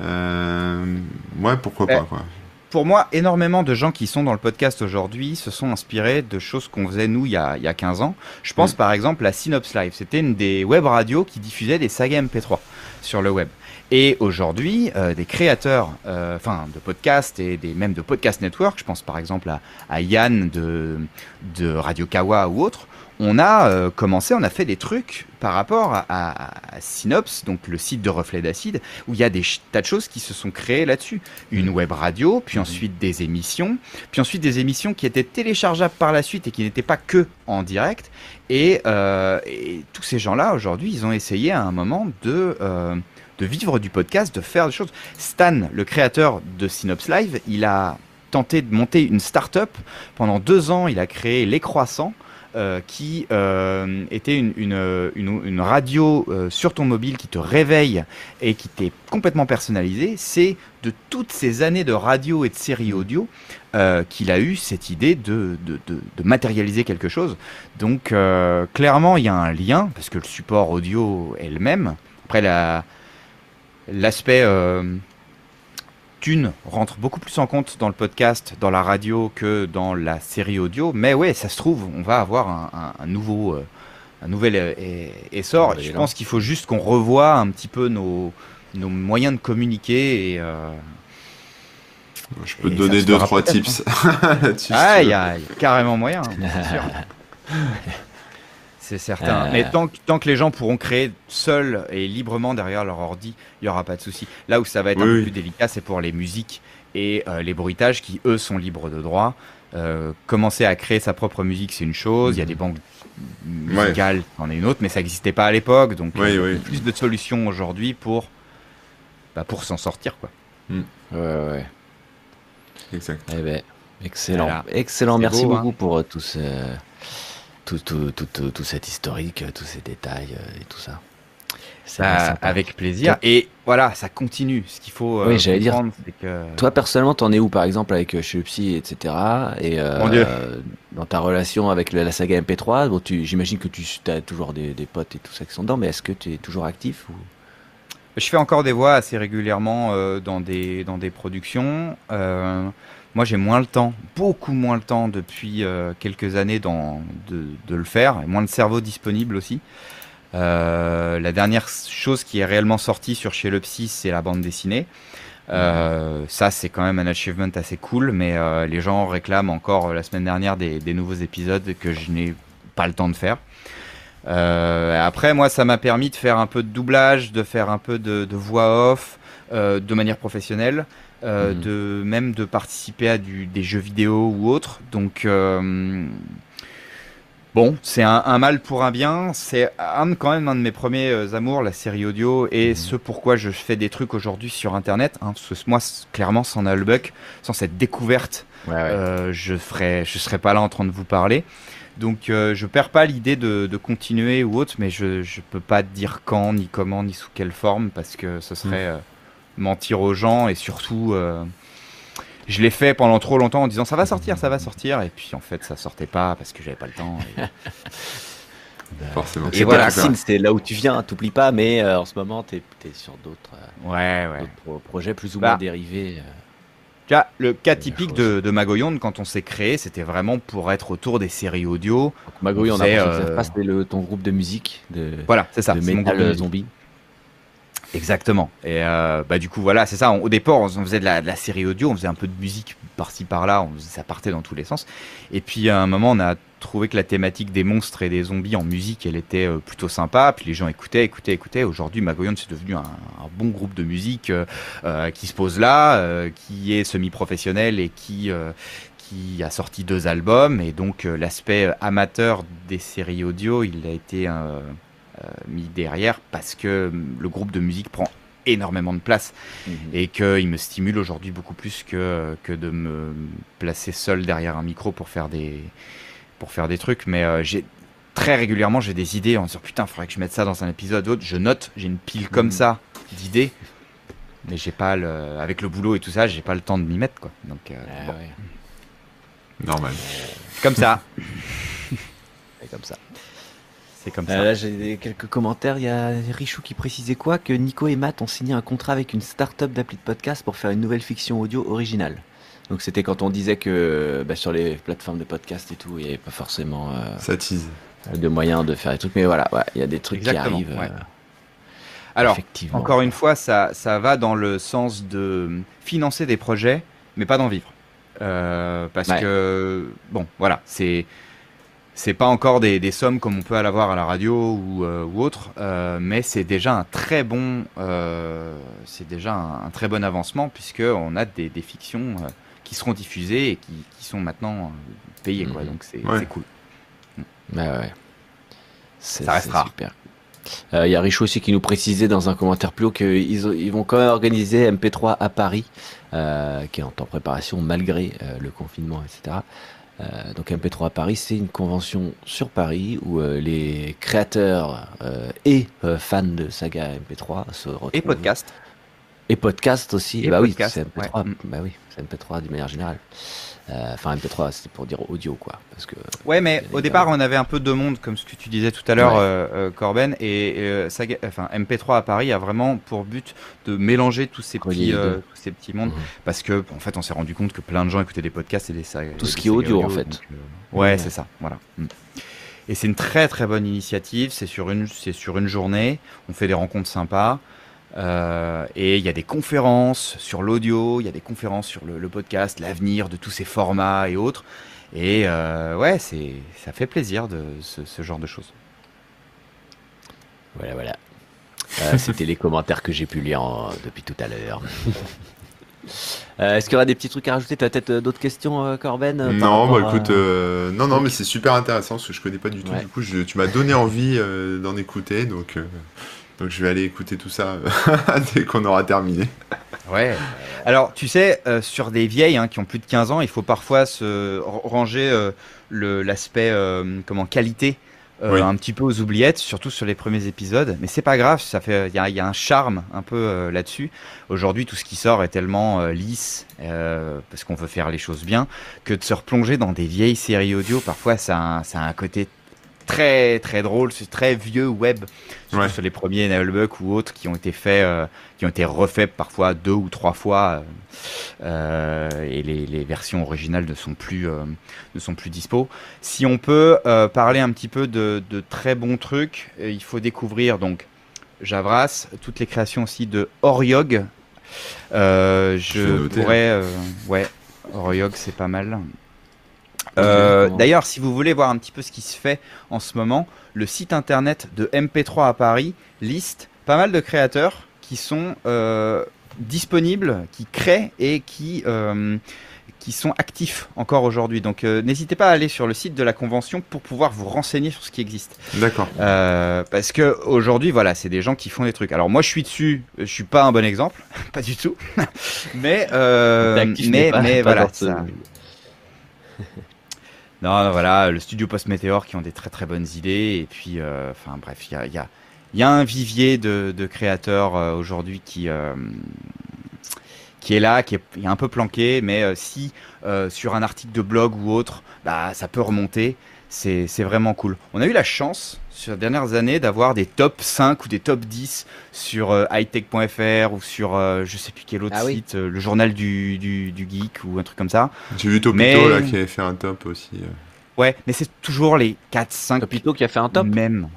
euh, ouais, pourquoi Eh, pas, quoi. Pour moi, énormément de gens qui sont dans le podcast aujourd'hui se sont inspirés de choses qu'on faisait nous il y a, il y a quinze ans. Je pense Mm. par exemple à Synops Live. C'était une des web radios qui diffusait des sagas M P trois sur le web. Et aujourd'hui, euh, des créateurs, euh, enfin de podcasts et des, même de podcast network, je pense par exemple à, à Yann de, de Radio Kawa ou autre, on a euh, commencé, on a fait des trucs par rapport à, à, à Synops, donc le site de Reflet d'Acide, où il y a des ch- tas de choses qui se sont créées là-dessus. Une web radio, puis ensuite des émissions, puis ensuite des émissions qui étaient téléchargeables par la suite et qui n'étaient pas que en direct. Et, euh, et tous ces gens-là, aujourd'hui, ils ont essayé à un moment de, euh, de vivre du podcast, de faire des choses. Stan, le créateur de Synops Live, il a tenté de monter une start-up. Pendant deux ans, il a créé Les Croissants, euh, qui euh, était une, une, une, une radio euh, sur ton mobile qui te réveille et qui t'est complètement personnalisée. C'est de toutes ces années de radio et de séries audio euh, qu'il a eu cette idée de, de, de, de matérialiser quelque chose. Donc euh, clairement, il y a un lien, parce que le support audio est le même. Après, la, l'aspect euh, thune rentre beaucoup plus en compte dans le podcast, dans la radio, que dans la série audio. Mais ouais, ça se trouve, on va avoir un, un, un nouveau... Euh, un nouvel euh, essor. Un Je élan. pense qu'il faut juste qu'on revoie un petit peu nos, nos moyens de communiquer et... Euh, Je peux te Et donner ça se deux, fera trois peut-être, tips là-dessus. Ah, si il tu y, veux. a il y a carrément moyen, c'est sûr. C'est certain. Euh. Mais tant que, tant que les gens pourront créer seuls et librement derrière leur ordi, il n'y aura pas de souci. Là où ça va être un Oui, peu oui. plus délicat, c'est pour les musiques et euh, les bruitages qui, eux, sont libres de droit. Euh, commencer à créer sa propre musique, c'est une chose. Il y a des banques musicales, c'en est une autre, mais ça n'existait pas à l'époque. Donc, Oui, il y a oui. plus de solutions aujourd'hui pour, bah, pour s'en sortir, quoi. Ouais, ouais. Exact. Eh ben, excellent. Voilà. Excellent. C'est Merci beau, hein. beaucoup pour euh, tout, ce, tout, tout, tout, tout, tout cet historique, euh, tous ces détails euh, et tout ça. C'est Bah, bien sympa. avec plaisir. Et voilà, ça continue. Ce qu'il faut euh, Oui, j'allais dire, comprendre, c'est que... Toi, personnellement, t'en es où, par exemple, avec euh, chez le psy, et cetera. Et euh, Mon Dieu. euh, dans ta relation avec la, la saga M P trois, bon, tu, j'imagine que tu as toujours des, des potes et tout ça qui sont dedans, mais est-ce que tu es toujours actif ou... Je fais encore des voix assez régulièrement euh, dans, des, dans des productions. Euh, moi, j'ai moins le temps, beaucoup moins le temps depuis euh, quelques années dans, de, de le faire, et moins de cerveau disponible aussi. Euh, la dernière chose qui est réellement sortie sur Chez Le Psy, c'est la bande dessinée. Euh, ça, c'est quand même un achievement assez cool, mais euh, les gens réclament encore euh, la semaine dernière des, des nouveaux épisodes que je n'ai pas le temps de faire. Euh, après, moi, ça m'a permis de faire un peu de doublage, de faire un peu de, de voix off, euh, de manière professionnelle, euh, Mhm. de même de participer à du, des jeux vidéo ou autres. Donc, euh, bon, c'est un, un mal pour un bien. C'est un, quand même un de mes premiers euh, amours, la série audio, et Mhm. ce pourquoi je fais des trucs aujourd'hui sur Internet. Hein, parce que moi, c- clairement, sans Nullbuck, sans cette découverte, Ouais, ouais. euh, je ferais, je serais pas là en train de vous parler. Donc, euh, je perds pas l'idée de, de continuer ou autre, mais je, je peux pas dire quand, ni comment, ni sous quelle forme, parce que ce serait euh, mentir aux gens, et surtout, euh, je l'ai fait pendant trop longtemps en disant ça va sortir, ça va sortir, et puis en fait, ça sortait pas parce que j'avais pas le temps. et- Forcément. Donc Et c'était voilà, Racine, quoi. c'est là où tu viens, t'oublies pas, mais euh, en ce moment, t'es es sur d'autres euh, Ouais, ouais. d'autres pro- projets plus ou Bah, moins dérivés. euh, Tu vois, le cas de la typique chose. de, de Magoyonde, quand on s'est créé, c'était vraiment pour être autour des séries audio. Donc Magouille, on a faisait, pour ceux qui savent euh, pas, c'était le ton groupe de musique de, Voilà, c'est ça, de c'est mon groupe métal de euh, musique. zombie. Exactement. Et euh, bah du coup, voilà, c'est ça. On- au départ, on faisait de la, de la série audio, on faisait un peu de musique par-ci par-là, on faisait- ça partait dans tous les sens. Et puis à un moment, on a trouvé que la thématique des monstres et des zombies en musique, elle était euh, plutôt sympa. Puis les gens écoutaient, écoutaient, écoutaient. Aujourd'hui, Magoyonde, c'est devenu un, un bon groupe de musique euh, euh, qui se pose là, euh, qui est semi-professionnel et qui euh, qui a sorti deux albums. Et donc euh, l'aspect amateur des séries audio, il a été euh, euh, mis derrière parce que hum, le groupe de musique prend énormément de place Mhm. et qu'il me stimule aujourd'hui beaucoup plus que, que de me placer seul derrière un micro pour faire des, pour faire des trucs. Mais euh, j'ai très régulièrement j'ai des idées en me disant putain, faudrait que je mette ça dans un épisode ou autre. Je note, j'ai une pile comme Mhm. ça d'idées, mais j'ai pas le, avec le boulot et tout ça, j'ai pas le temps de m'y mettre quoi. Donc euh, Ah bon, ouais, Normal. c'est comme ça, c'est comme ça. c'est comme Euh, ça. là, j'ai des- quelques commentaires. Il y a Richou qui précisait quoi? Que Nico et Matt ont signé un contrat avec une start-up d'appli de podcast pour faire une nouvelle fiction audio originale. Donc c'était quand on disait que bah, sur les plateformes de podcast et tout, il n'y avait pas forcément euh, Ça tease. de moyens de faire des trucs. Mais voilà, ouais, il y a des trucs Exactement, qui arrivent. ouais. euh, Alors, effectivement. encore une fois, ça, ça va dans le sens de financer des projets, mais pas d'en vivre. Euh, parce Ouais. que, bon, voilà, c'est c'est pas encore des, des sommes comme on peut l'avoir à la radio ou, euh, ou autre, euh, mais c'est déjà un très bon, euh, c'est déjà un, un très bon avancement puisque on a des, des fictions euh, qui seront diffusées et qui, qui sont maintenant euh, payées, quoi. Mhm. Donc c'est Ouais. c'est cool. Ouais, ouais. C'est Ça reste c'est rare. super. Euh, Il y a Richou aussi qui nous précisait dans un commentaire plus haut qu'ils ont- ils vont quand même organiser M P trois à Paris, euh, qui est en en préparation malgré euh, le confinement, et cetera. Euh, donc M P trois à Paris, c'est une convention sur Paris où euh, les créateurs euh, et euh, fans de saga M P trois se retrouvent. Et podcast. Et podcast aussi. Et bah podcast, oui, c'est M P trois. ouais. Mm. Bah oui, c'est M P trois d'une manière générale. Euh, Enfin M P trois, c'était pour dire audio quoi, parce que Ouais, mais Bien au départ, évidemment. on avait un peu deux mondes, comme ce que tu disais tout à l'heure, Ouais. euh, euh, Corben, et euh, Saga- enfin, M P trois à Paris a vraiment pour but de mélanger tous ces Relier petits, les euh, deux. tous ces petits mondes, Mhm. parce que en fait, on s'est rendu compte que plein de gens écoutaient des podcasts et des sagas. Tout ce des qui est sagas audio, en fait. donc, euh, ouais, Ouais. c'est ça, voilà. Mm. Et c'est une très très bonne initiative. C'est sur une, c'est sur une journée. On fait des rencontres sympas. Euh, et il y a des conférences sur l'audio, il y a des conférences sur le, le podcast, l'avenir de tous ces formats et autres. Et euh, ouais, c'est, ça fait plaisir de ce, ce genre de choses. Voilà, voilà. Euh, C'était les commentaires que j'ai pu lire en- depuis tout à l'heure. Euh, Est-ce qu'il y aura des petits trucs à rajouter? Tu as peut-être euh, d'autres questions, euh, Corben euh, par Non, bah rapport à- écoute, euh, non, non, Ok. mais c'est super intéressant parce que je connais pas du tout. Ouais. Du coup, je- tu m'as donné envie euh, d'en écouter, donc, euh, donc je vais aller écouter tout ça euh, dès qu'on aura terminé. Ouais. Alors, tu sais, euh, sur des vieilles hein, qui ont plus de quinze ans, il faut parfois se r- ranger euh, le, l'aspect euh, comment qualité euh, Oui. un petit peu aux oubliettes, surtout sur les premiers épisodes. Mais c'est pas grave, ça fait, il y a, il y a un charme un peu euh, là-dessus. Aujourd'hui, tout ce qui sort est tellement euh, lisse euh, parce qu'on veut faire les choses bien que de se replonger dans des vieilles séries audio, parfois, ça a un, ça a un côté très très drôle, c'est très vieux web, surtout Ouais. sur les premiers Nullbuck ou autres qui ont été faits, euh, qui ont été refaits parfois deux ou trois fois, euh, et les, les versions originales ne sont plus euh, ne sont plus dispo. Si on peut euh, parler un petit peu de, de très bons trucs, euh, il faut découvrir donc Javras, toutes les créations aussi de Oryog. Euh, Je je vais noter, pourrais, euh, ouais, Oryog c'est pas mal. Euh, comment- D'ailleurs, si vous voulez voir un petit peu ce qui se fait en ce moment, le site internet de M P trois à Paris liste pas mal de créateurs qui sont euh, disponibles, qui créent et qui, euh, qui sont actifs encore aujourd'hui. Donc euh, n'hésitez pas à aller sur le site de la convention pour pouvoir vous renseigner sur ce qui existe. D'accord. Euh, parce que aujourd'hui, voilà, c'est des gens qui font des trucs. Alors moi, je suis dessus, je suis pas un bon exemple, pas du tout. mais euh, T'es actif, mais pas- mais pas voilà, dans ce- ça. Non, non, voilà, le studio Post Météor qui ont des très très bonnes idées. Et puis, euh, enfin bref, il y a, il y, a, il y a un vivier de, de créateurs euh, aujourd'hui qui, euh, qui est là, qui est, il est un peu planqué. Mais euh, si euh, sur un article de blog ou autre, bah, ça peut remonter. C'est c'est vraiment cool. On a eu la chance, sur les dernières années, d'avoir des top cinq ou des top dix sur euh, hightech point f r ou sur euh, je sais plus quel autre Ah oui. site, euh, le journal du, du, du geek ou un truc comme ça. J'ai vu Topito Mais- là qui avait fait un top aussi. euh. Ouais, mais c'est toujours les quatre cinq Topito qui a fait un top. même.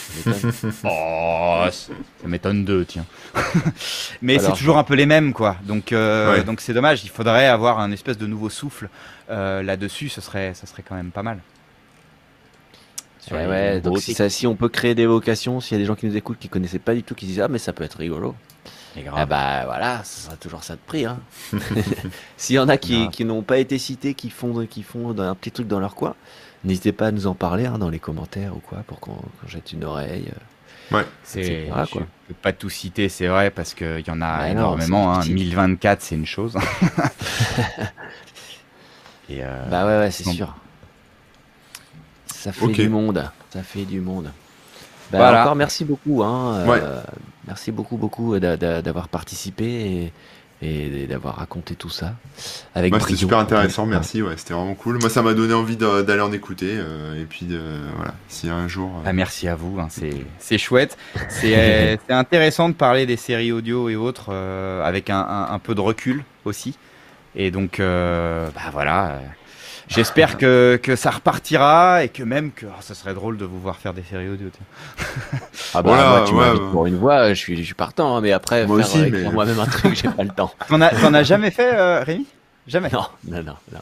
Oh, ça m'étonne d'eux, tiens. mais Alors, c'est toujours un peu les mêmes, quoi. Donc, euh, Ouais. donc c'est dommage. Il faudrait avoir un espèce de nouveau souffle euh, là-dessus. Ce serait, ça serait quand même pas mal. Sur Ouais, les ouais, gros donc si, titres. ça, si on peut créer des vocations, s'il y a des gens qui nous écoutent qui connaissaient pas du tout, qui disent ah mais ça peut être rigolo, Et grave. ah bah voilà, ça sera toujours ça de prix. Hein. S'il y en a qui, Grave. qui n'ont pas été cités, qui font, qui font un petit truc dans leur coin, n'hésitez pas à nous en parler hein, dans les commentaires ou quoi pour qu'on qu'on jette une oreille. C'est, et cetera, quoi. je peux pas tout citer, c'est vrai, parce qu'il y en a Ouais, non, énormément. c'est Hein. petit. mille vingt-quatre, c'est une chose. Et euh, Bah ouais, ouais, c'est donc- sûr. Ça fait Ok. du monde, ça fait du monde. Bah, Voilà. Encore merci beaucoup, hein, euh, Ouais. merci beaucoup, beaucoup d'a- d'a- d'avoir participé et, et d'avoir raconté tout ça avec Moi, c'était brio. super intéressant, merci. Ouais, c'était vraiment cool. Moi, ça m'a donné envie de- d'aller en écouter. euh, et puis, de, voilà, si un jour. euh, Ah, merci à vous, hein, c'est, c'est chouette. C'est, euh, c'est intéressant de parler des séries audio et autres euh, avec un, un, un peu de recul aussi. Et donc, euh, bah voilà. euh, J'espère que, que ça repartira et que même que oh, ça serait drôle de vous voir faire des séries audio. tiens. Ah bah, Voilà, moi, tu ouais, m'invites ouais. pour une voix, je suis, je suis partant, hein, mais après, Moi faire aussi, écrire mais- moi-même un truc, j'ai pas le temps. T'en as, t'en as jamais fait, euh, Rémi? Jamais. Non, non, non, non.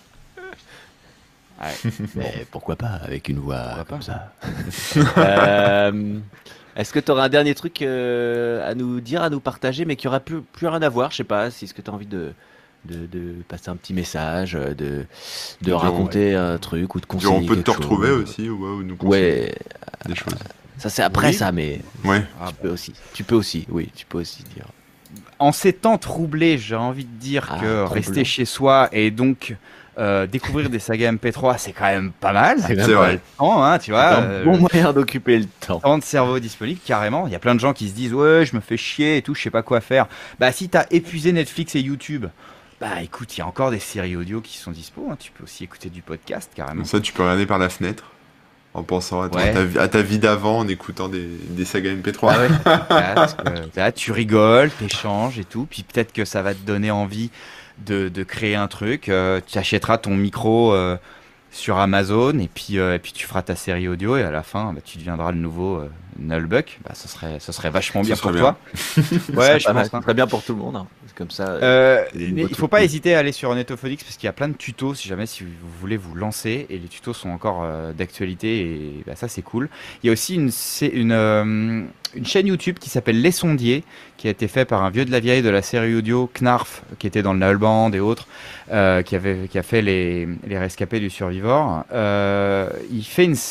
Ouais. Mais pourquoi pas, avec une voix Pourquoi comme pas. ça. Euh, Est-ce que tu aurais un dernier truc euh, à nous dire, à nous partager, mais qui aura plus, plus rien à voir? Je sais pas, si est-ce que tu as envie de, de, de passer un petit message, de, de Disons, raconter un truc ou de conseiller on peut te quelque retrouver chose. aussi, ouais, ou nous conseiller Ouais, des choses. ça c'est après Oui. ça, mais Ouais. Ah, tu peux aussi. Tu peux aussi, oui, tu peux aussi dire. En ces temps troublés, j'ai envie de dire Ah, que troublant. rester chez soi et donc euh, découvrir des sagas M P trois, c'est quand même pas mal. C'est C'est vrai. Temps, hein, tu vois. un euh, bon moyen d'occuper le temps. Temps de cerveau disponible, carrément. Il y a plein de gens qui se disent ouais, je me fais chier et tout, je sais pas quoi faire. Bah si t'as épuisé Netflix et YouTube, bah écoute, il y a encore des séries audio qui sont dispo. Hein. Tu peux aussi écouter du podcast carrément. Comme ça, tu peux regarder par la fenêtre en pensant à, ton- Ouais. à ta, vie- à ta vie d'avant, en écoutant des, des sagas M P trois. Ah ouais. Là, parce que, là, tu rigoles, t'échanges et tout. Puis peut-être que ça va te donner envie de, de créer un truc. Euh, tu achèteras ton micro euh, sur Amazon et puis, euh, et puis tu feras ta série audio et à la fin, bah, tu deviendras le nouveau euh, Nullbuck. Bah, ça serait, ça serait vachement Ce bien serait pour bien. toi. Ouais, je Pas mal, pense. hein. Très bien pour tout le monde. hein. C'est comme ça. Euh, des mais nouveaux il faut trucs. pas hésiter à aller sur Netophonix parce qu'il y a plein de tutos si jamais si vous voulez vous lancer et les tutos sont encore euh, d'actualité et bah, ça c'est cool. Il y a aussi une, c'est une, euh, une chaîne YouTube qui s'appelle Les Sondiers qui a été fait par un vieux de la vieille de la série audio Knarf qui était dans le Nullband et autres euh, qui, avait, qui a fait les, les rescapés du Survivor. Euh, il fait une,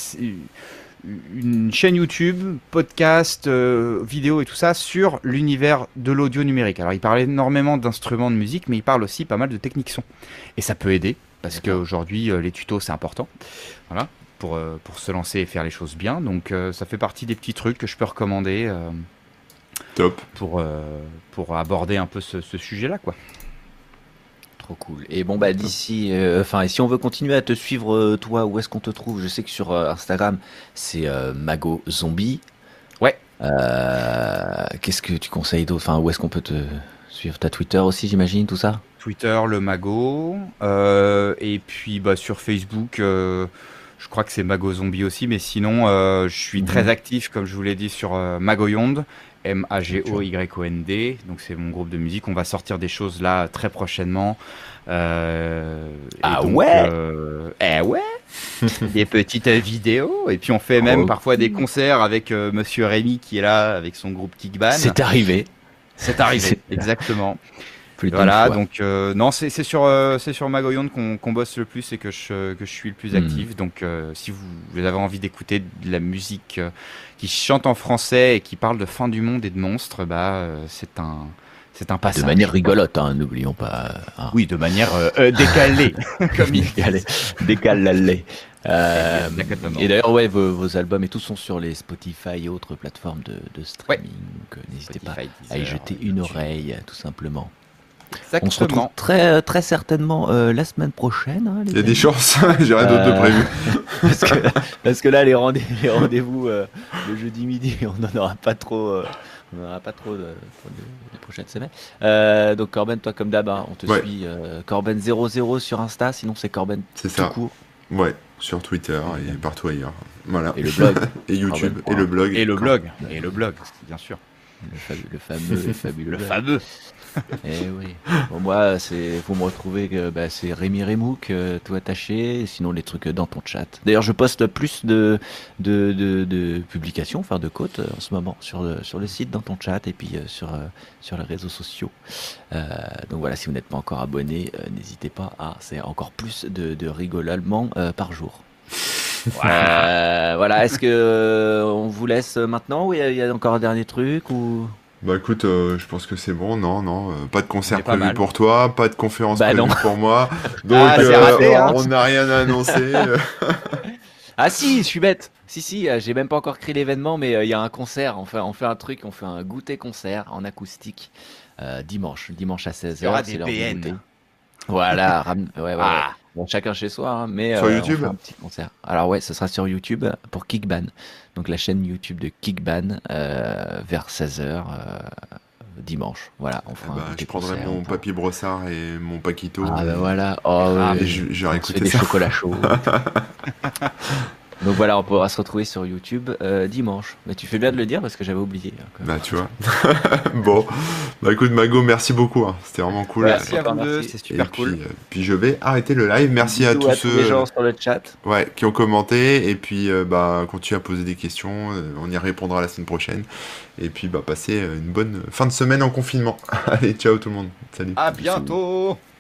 une chaîne YouTube, podcast, euh, vidéo et tout ça sur l'univers de l'audio numérique. Alors il parle énormément d'instruments de musique, mais il parle aussi pas mal de techniques son. Et ça peut aider, parce D'accord. qu'aujourd'hui euh, les tutos c'est important. Voilà, pour, euh, pour se lancer et faire les choses bien. Donc euh, ça fait partie des petits trucs que je peux recommander euh, Top. pour, euh, pour aborder un peu ce, ce sujet-là, quoi. Trop cool. Et bon, bah d'ici, euh, enfin, et si on veut continuer à te suivre, euh, toi, où est-ce qu'on te trouve? Je sais que sur euh, Instagram, c'est euh, Mago Zombie. Ouais. Euh, qu'est-ce que tu conseilles d'autre? Enfin, où est-ce qu'on peut te suivre? Ta Twitter aussi, j'imagine, tout ça? Twitter, le Mago. Euh, et puis bah, sur Facebook, euh, je crois que c'est Mago Zombie aussi. Mais sinon, euh, je suis très Mhm. actif, comme je vous l'ai dit, sur euh, Magoyonde. M A G O Y O N D. Donc c'est mon groupe de musique. On va sortir des choses là très prochainement. Euh, et Ah donc, ouais? euh, eh ouais, des petites euh, vidéos. Et puis on fait même Trop parfois des cool. concerts avec euh, Monsieur Rémi qui est là avec son groupe Kickban. C'est arrivé. C'est arrivé, C'est exactement. plus d'une Voilà, fois. donc euh, non, c'est c'est sur, euh, c'est sur Magoyonde qu'on qu'on bosse le plus et que je, que je suis le plus Hmm. actif. Donc euh, si vous, vous avez envie d'écouter de la musique euh, qui chante en français et qui parle de fin du monde et de monstres, bah euh, c'est un, c'est un De passage. manière quoi. rigolote, hein, n'oublions pas. Hein. Oui, de manière euh, euh, décalée, comme il dit. Allez, décale-les. Euh, Exactement. et d'ailleurs, ouais, vos, vos albums et tout sont sur les Spotify et autres plateformes de, de streaming. Donc, euh, n'hésitez pas Spotify, à y Deezer, jeter une YouTube. oreille, tout simplement. On se retrouve Exactement. très, très certainement euh, la semaine prochaine, hein, les Il y a des amis. chances, j'ai rien d'autre de Euh, prévu. parce, que, parce que là, les, rendez- les rendez-vous euh, le jeudi midi, on n'en aura pas trop. euh, on n'en aura pas trop de- pour les, les prochaines semaines. Euh, donc Corben, toi comme d'hab, hein, on te Ouais. suit euh, Corben zéro zéro sur Insta, sinon c'est Corben C'est tout ça. court. Ouais, sur Twitter et partout ailleurs. Voilà. Et le blog, Et YouTube, Corben. et le blog. Et le blog, et le blog, bien sûr. le, fa- le fameux et fabuleux Le blog. fameux. Eh oui. Bon, moi, c'est, vous me retrouvez, que, bah, c'est Rémi Remouk, euh, tout attaché, et sinon les trucs euh, dans ton chat. D'ailleurs, je poste plus de, de, de, de publications, enfin de quotes euh, en ce moment sur le, sur le site, dans ton chat, et puis euh, sur, euh, sur les réseaux sociaux. Euh, donc voilà, si vous n'êtes pas encore abonné, euh, n'hésitez pas à, c'est encore plus de, de rigolement euh, par jour. Euh, voilà, est-ce que euh, on vous laisse maintenant ou il y, a- il y a encore un dernier truc ou... Bah écoute, euh, je pense que c'est bon, non, non, euh, pas de On concert est pas prévu mal. pour toi, pas de conférence Bah prévue non. pour moi, donc Ah, c'est euh, raté, hein. on n'a rien à annoncer. euh. Ah si, je suis bête. Si, si, euh, j'ai même pas encore créé l'événement, mais euh, il y a un concert. On fait, on fait un truc, on fait un goûter concert en acoustique euh, dimanche, dimanche à seize Il y aura heures. des C'est l'heure B du N. goûter. Voilà, ram- ouais, ouais, ouais. Ah, Bon, chacun chez soi, hein, mais Sur euh, on YouTube fait un petit concert. Alors ouais, ce sera sur YouTube euh, pour Kickban. Donc la chaîne YouTube de Kickban euh, vers seize heures euh, dimanche. Voilà, on Eh fera bah, un goûter je prendrai concert. mon on fera- papier brossard et mon paquito. Ah ben et- voilà. Oh, Ah, ouais. et je- j'aurais On se fait écouté des ça. chocolats chauds. Donc voilà, on pourra se retrouver sur YouTube euh, dimanche. Mais tu fais bien de le dire parce que j'avais oublié. hein, quand même. Bah tu vois. Bon, bah écoute Mago, merci beaucoup, hein. C'était vraiment cool. Ouais, merci à vous Merci. deux, c'est Et super puis, cool. euh, puis je vais arrêter le live. Merci à Bisous tous à tous ceux les gens sur le chat. ouais, qui ont commenté et puis euh, bah continuez à poser des questions. euh, On y répondra la semaine prochaine. Et puis bah passez euh, une bonne fin de semaine en confinement. Allez, ciao tout le monde. Salut. À bientôt.